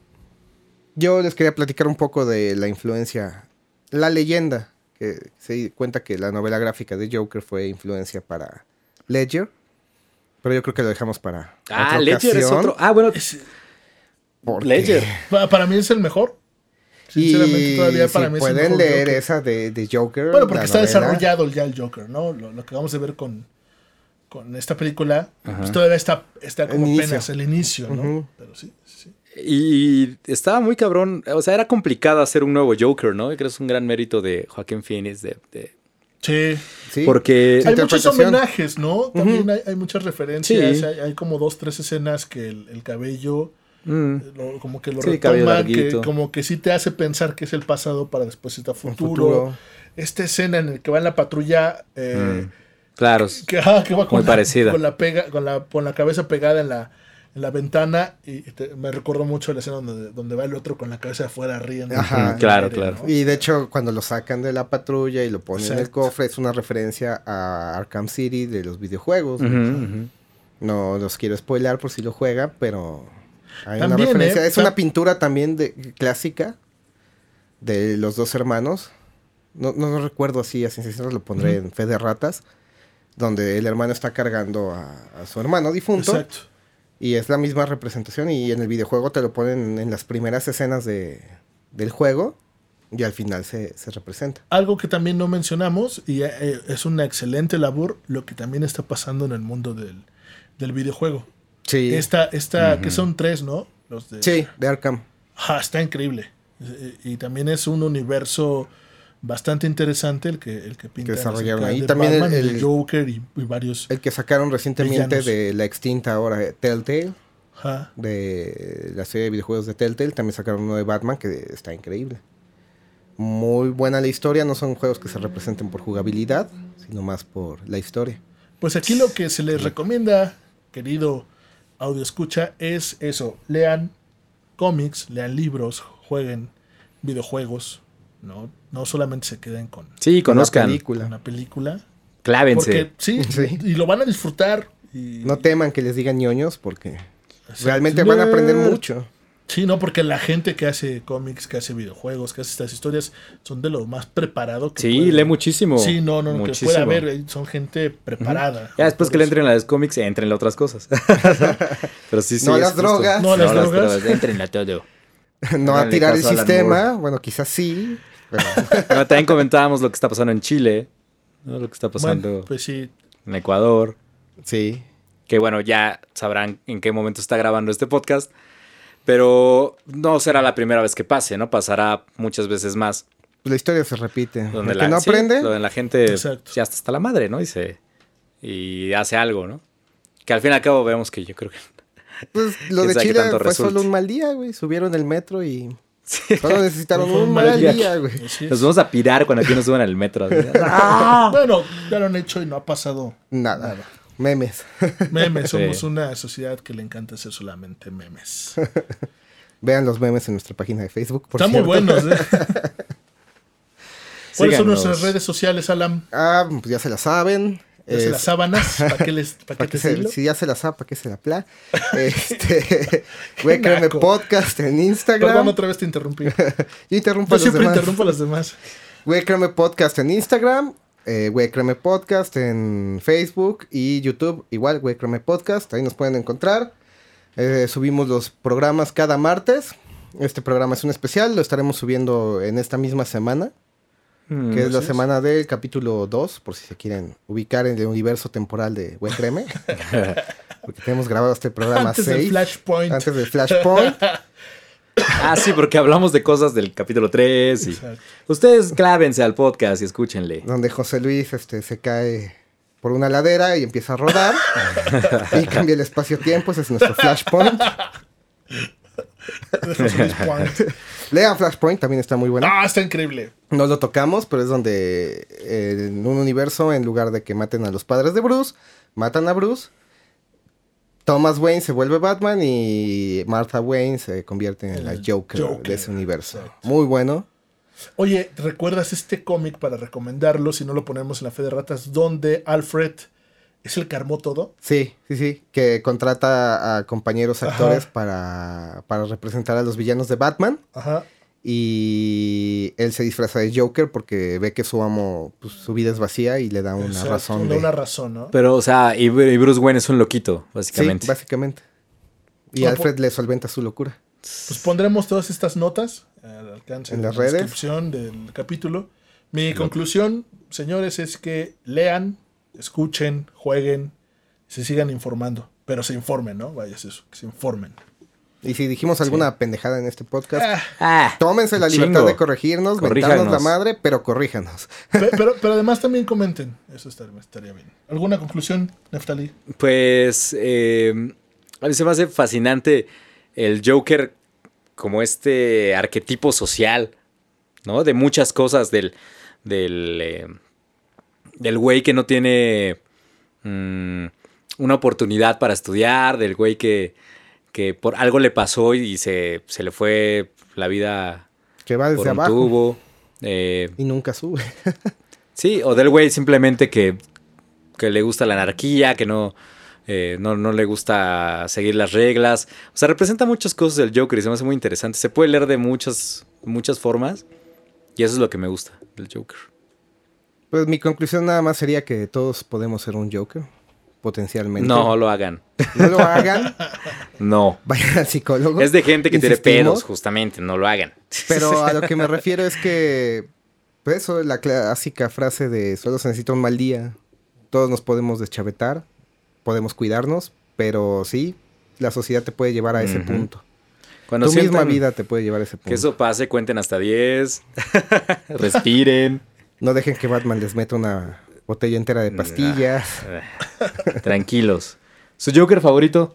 yo les quería platicar un poco de la influencia, la leyenda, que se cuenta que la novela gráfica de Joker fue influencia para Ledger. Pero yo creo que lo dejamos para otra Ledger ocasión, es otro. Bueno, porque- Ledger. Para mí es el mejor. Sinceramente, todavía para si mí es el pueden mejor leer Joker. esa de Joker. Bueno, porque la está novela. desarrollado ya el Joker, ¿no? Lo que vamos a ver con esta película, pues todavía está como El inicio. apenas el inicio, ¿no? Ujú. Pero sí. Y estaba muy cabrón. O sea, era complicado hacer un nuevo Joker, ¿no? Yo creo que es un gran mérito de Joaquín Phoenix. Sí. Sí. Porque Hay muchos interpretación. homenajes, ¿no? También hay muchas referencias. Sí. Hay como 2-3 escenas que el cabello como que lo Sí, cabello retoman, que larguito. como que sí te hace pensar que es el pasado para después está Un futuro. Esta escena en la que va en la patrulla claro. que va Muy con parecida. con la cabeza pegada en la ventana y me recuerdo mucho la escena donde va el otro con la cabeza afuera riendo. Ajá. Claro, ¿no? claro. Y de hecho, cuando lo sacan de la patrulla y lo ponen en el Exacto. cofre, es una referencia a Arkham City de los videojuegos. Ujú, ¿no? O sea, ujú. no los quiero spoilear por si lo juega, pero hay una También, referencia. Es o sea, una pintura también clásica de los dos hermanos. No recuerdo así, a ciencia cierta, lo pondré en fe de ratas, donde el hermano está cargando a su hermano difunto. Exacto. Y es la misma representación y en el videojuego te lo ponen en las primeras escenas del juego y al final se representa. Algo que también no mencionamos, y es una excelente labor, lo que también está pasando en el mundo del videojuego. Sí, Esta que son 3, ¿no? Los de, sí, de Arkham. Está increíble. Y también es un universo bastante interesante el que pintan desarrollaron acerca ahí. de También Batman, el- el Joker y varios. El que sacaron recientemente Villanos. de la extinta ahora Telltale, Ajá. de la serie de videojuegos de Telltale, también sacaron uno de Batman que está increíble. Muy buena la historia, no son juegos que se representen por jugabilidad, sino más por la historia. Pues aquí lo que se les recomienda, querido audio escucha, es eso. Lean cómics, lean libros, jueguen videojuegos. No solamente se queden con Sí, conozcan. Una película. una película. Clávense. Porque sí, Sí. y lo van a disfrutar. Y, No teman que les digan ñoños porque Exacto. realmente van a aprender mucho. Sí, no, porque la gente que hace cómics, que hace videojuegos, que hace estas historias, son de lo más preparado que Sí, puede- lee muchísimo. Sí, no, Muchísimo. que puede haber, son gente preparada. Ya después Por que le eso. entren a las cómics, entren a otras cosas. Pero sí, No a es las justo. drogas. No a las drogas. Entren a todo. No a Háganle tirar el caso a Alan sistema. Moore. Bueno, quizás sí. Pero Bueno, también comentábamos lo que está pasando en Chile, ¿no? Lo que está pasando Bueno, pues sí, en Ecuador. sí. Que bueno, ya sabrán en qué momento está grabando este podcast. Pero no será la primera vez que pase, ¿no? Pasará muchas veces más. La historia se repite. Donde El que no sí, aprende, donde la gente Exacto. ya está la madre, ¿no? Y hace algo, ¿no? Que al fin y al cabo vemos que yo creo que... pues lo quién de sabe qué Chile tanto fue resulte. solo un mal día, güey. Subieron el metro y Sí. solo necesitaron Fue un mal día, güey. así es. Nos vamos a pirar cuando aquí nos suban al metro. así. Bueno, ya lo han hecho y no ha pasado Nada. Memes. memes. Sí. Somos una sociedad que le encanta hacer solamente memes. Vean los memes en nuestra página de Facebook. Por Están muy cierto. buenos, ¿eh? ¿Cuáles son Síganos. nuestras redes sociales, Alan? Ah, pues ya se la saben. Desde Es- las sábanas, ¿para qué ¿para qué te hilo? si ya se la sabe, ¿para qué se la pla? Güey, créeme Naco. podcast en Instagram. Perdón, otra vez te interrumpí. Yo interrumpo Yo a los siempre demás. interrumpo a los demás. Güey, créeme podcast en Instagram. Güey, créeme podcast en Facebook y YouTube. Igual, güey, créeme podcast. Ahí nos pueden encontrar. Subimos los programas cada martes. Este programa es un especial. Lo estaremos subiendo en esta misma semana. que es la semana del capítulo 2, por si se quieren ubicar en el universo temporal de Güey Créeme. Porque tenemos grabado este programa Antes 6. del Flashpoint. Antes del Flashpoint. Ah, sí, porque hablamos de cosas del capítulo 3. Y... Ustedes clávense al podcast y escúchenle. Donde José Luis se cae por una ladera y empieza a rodar. Y cambia el espacio-tiempo. Ese es nuestro Flashpoint. Lean Flashpoint, también está muy bueno. Ah, está increíble. No lo tocamos, pero es donde en un universo, en lugar de que maten a los padres de Bruce, matan a Bruce. Thomas Wayne se vuelve Batman y Martha Wayne se convierte en la Joker de ese universo. Exacto. Muy bueno. Oye, ¿recuerdas este cómic para recomendarlo si no lo ponemos en la Fe de Ratas donde Alfred es el que armó todo? Sí. Que contrata a compañeros actores para representar a los villanos de Batman. Ajá. Y él se disfraza de Joker porque ve que su amo, pues, su vida es vacía y le da una razón. Una razón, ¿no? Pero, o sea, y Bruce Wayne es un loquito, básicamente. Sí, básicamente. Y Alfred le solventa su locura. Pues pondremos todas estas notas al alcance en de las la redes. descripción del capítulo. Mi conclusión, señores, es que lean, escuchen, jueguen, se sigan informando. Pero se informen, ¿no? Vaya, es eso, que se informen. Y si dijimos alguna pendejada en este podcast, Ah, tómense la libertad de corregirnos, mentarnos la madre, pero corríjanos. Pero además también comenten. Eso estaría bien. ¿Alguna conclusión, Neftali? Pues a mí se me hace fascinante el Joker como este arquetipo social, ¿no? De muchas cosas del güey que no tiene una oportunidad para estudiar, del güey que por algo le pasó y se le fue la vida que va desde por un abajo tubo. Y nunca sube. Sí, o del güey simplemente que le gusta la anarquía, que no le gusta seguir las reglas. O sea, representa muchas cosas del Joker y se me hace muy interesante. Se puede leer de muchas formas y eso es lo que me gusta del Joker. Pues mi conclusión nada más sería que todos podemos ser un Joker, potencialmente. No lo hagan. No lo hagan. No. Vayan al psicólogo. Es de gente que tiene Insistimos. pedos, justamente. No lo hagan. Pero a lo que me refiero es que, pues eso, la clásica frase de solo se necesita un mal día. Todos nos podemos deschavetar, podemos cuidarnos, pero sí, la sociedad te puede llevar a ese punto. Cuando tu misma vida te puede llevar a ese punto. Que eso pase, cuenten hasta 10. Respiren. No dejen que Batman les meta una botella entera de pastillas. Tranquilos. ¿Su Joker favorito?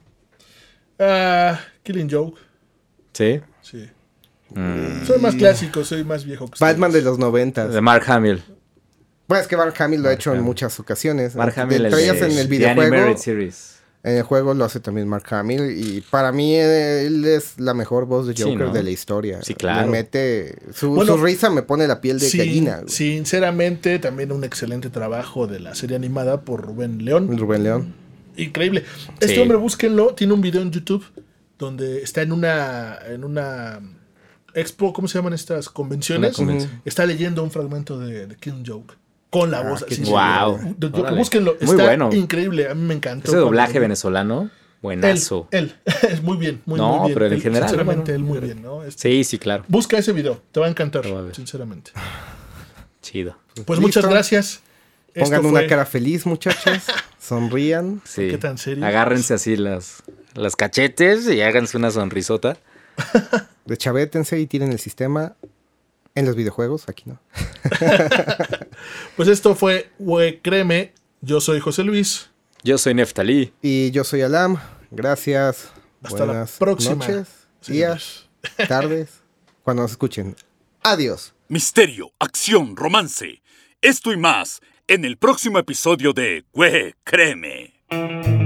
Killing Joke. ¿Sí? Sí. Soy más clásico, soy más viejo que Batman ustedes. de los 90. De Mark Hamill. Pues es que Mark Hamill lo ha hecho en muchas ocasiones. Mark Hamill, traías en el The videojuego. Animated Series. En el juego lo hace también Mark Hamill. Y para mí él es la mejor voz de Joker, Sí, ¿no? de la historia. Sí, claro. Me mete... Su risa me pone la piel de gallina. Güey. Sinceramente, también un excelente trabajo de la serie animada por Rubén León. Rubén León. Increíble. Este hombre, búsquenlo. Tiene un video en YouTube donde está en una expo, ¿cómo se llaman estas convenciones? Está leyendo un fragmento de Killing Joke. Con la voz así. Wow. Búsquenlo. Muy Está bueno. increíble. A mí me encantó. Ese doblaje venezolano, buenazo. Él. Es muy bien. Muy bien. Pero en general. Sinceramente, él muy bien, ¿no? Sí, claro. Busca ese video. Te va a encantar. Sinceramente. Chido. Pues muchas gracias. Pongan una cara feliz, muchachos. Sonrían. Sí. ¿Qué tan serio? Agárrense así las cachetes y háganse una sonrisota. Deschavétense y tiren el sistema. En los videojuegos, aquí no. Pues esto fue Créeme. Yo soy José Luis. Yo soy Neftali. Y yo soy Alam. Gracias. Hasta Buenas la próxima. noches, días, tardes. Cuando nos escuchen. Adiós. Misterio, acción, romance. Esto y más en el próximo episodio de Güey Créeme.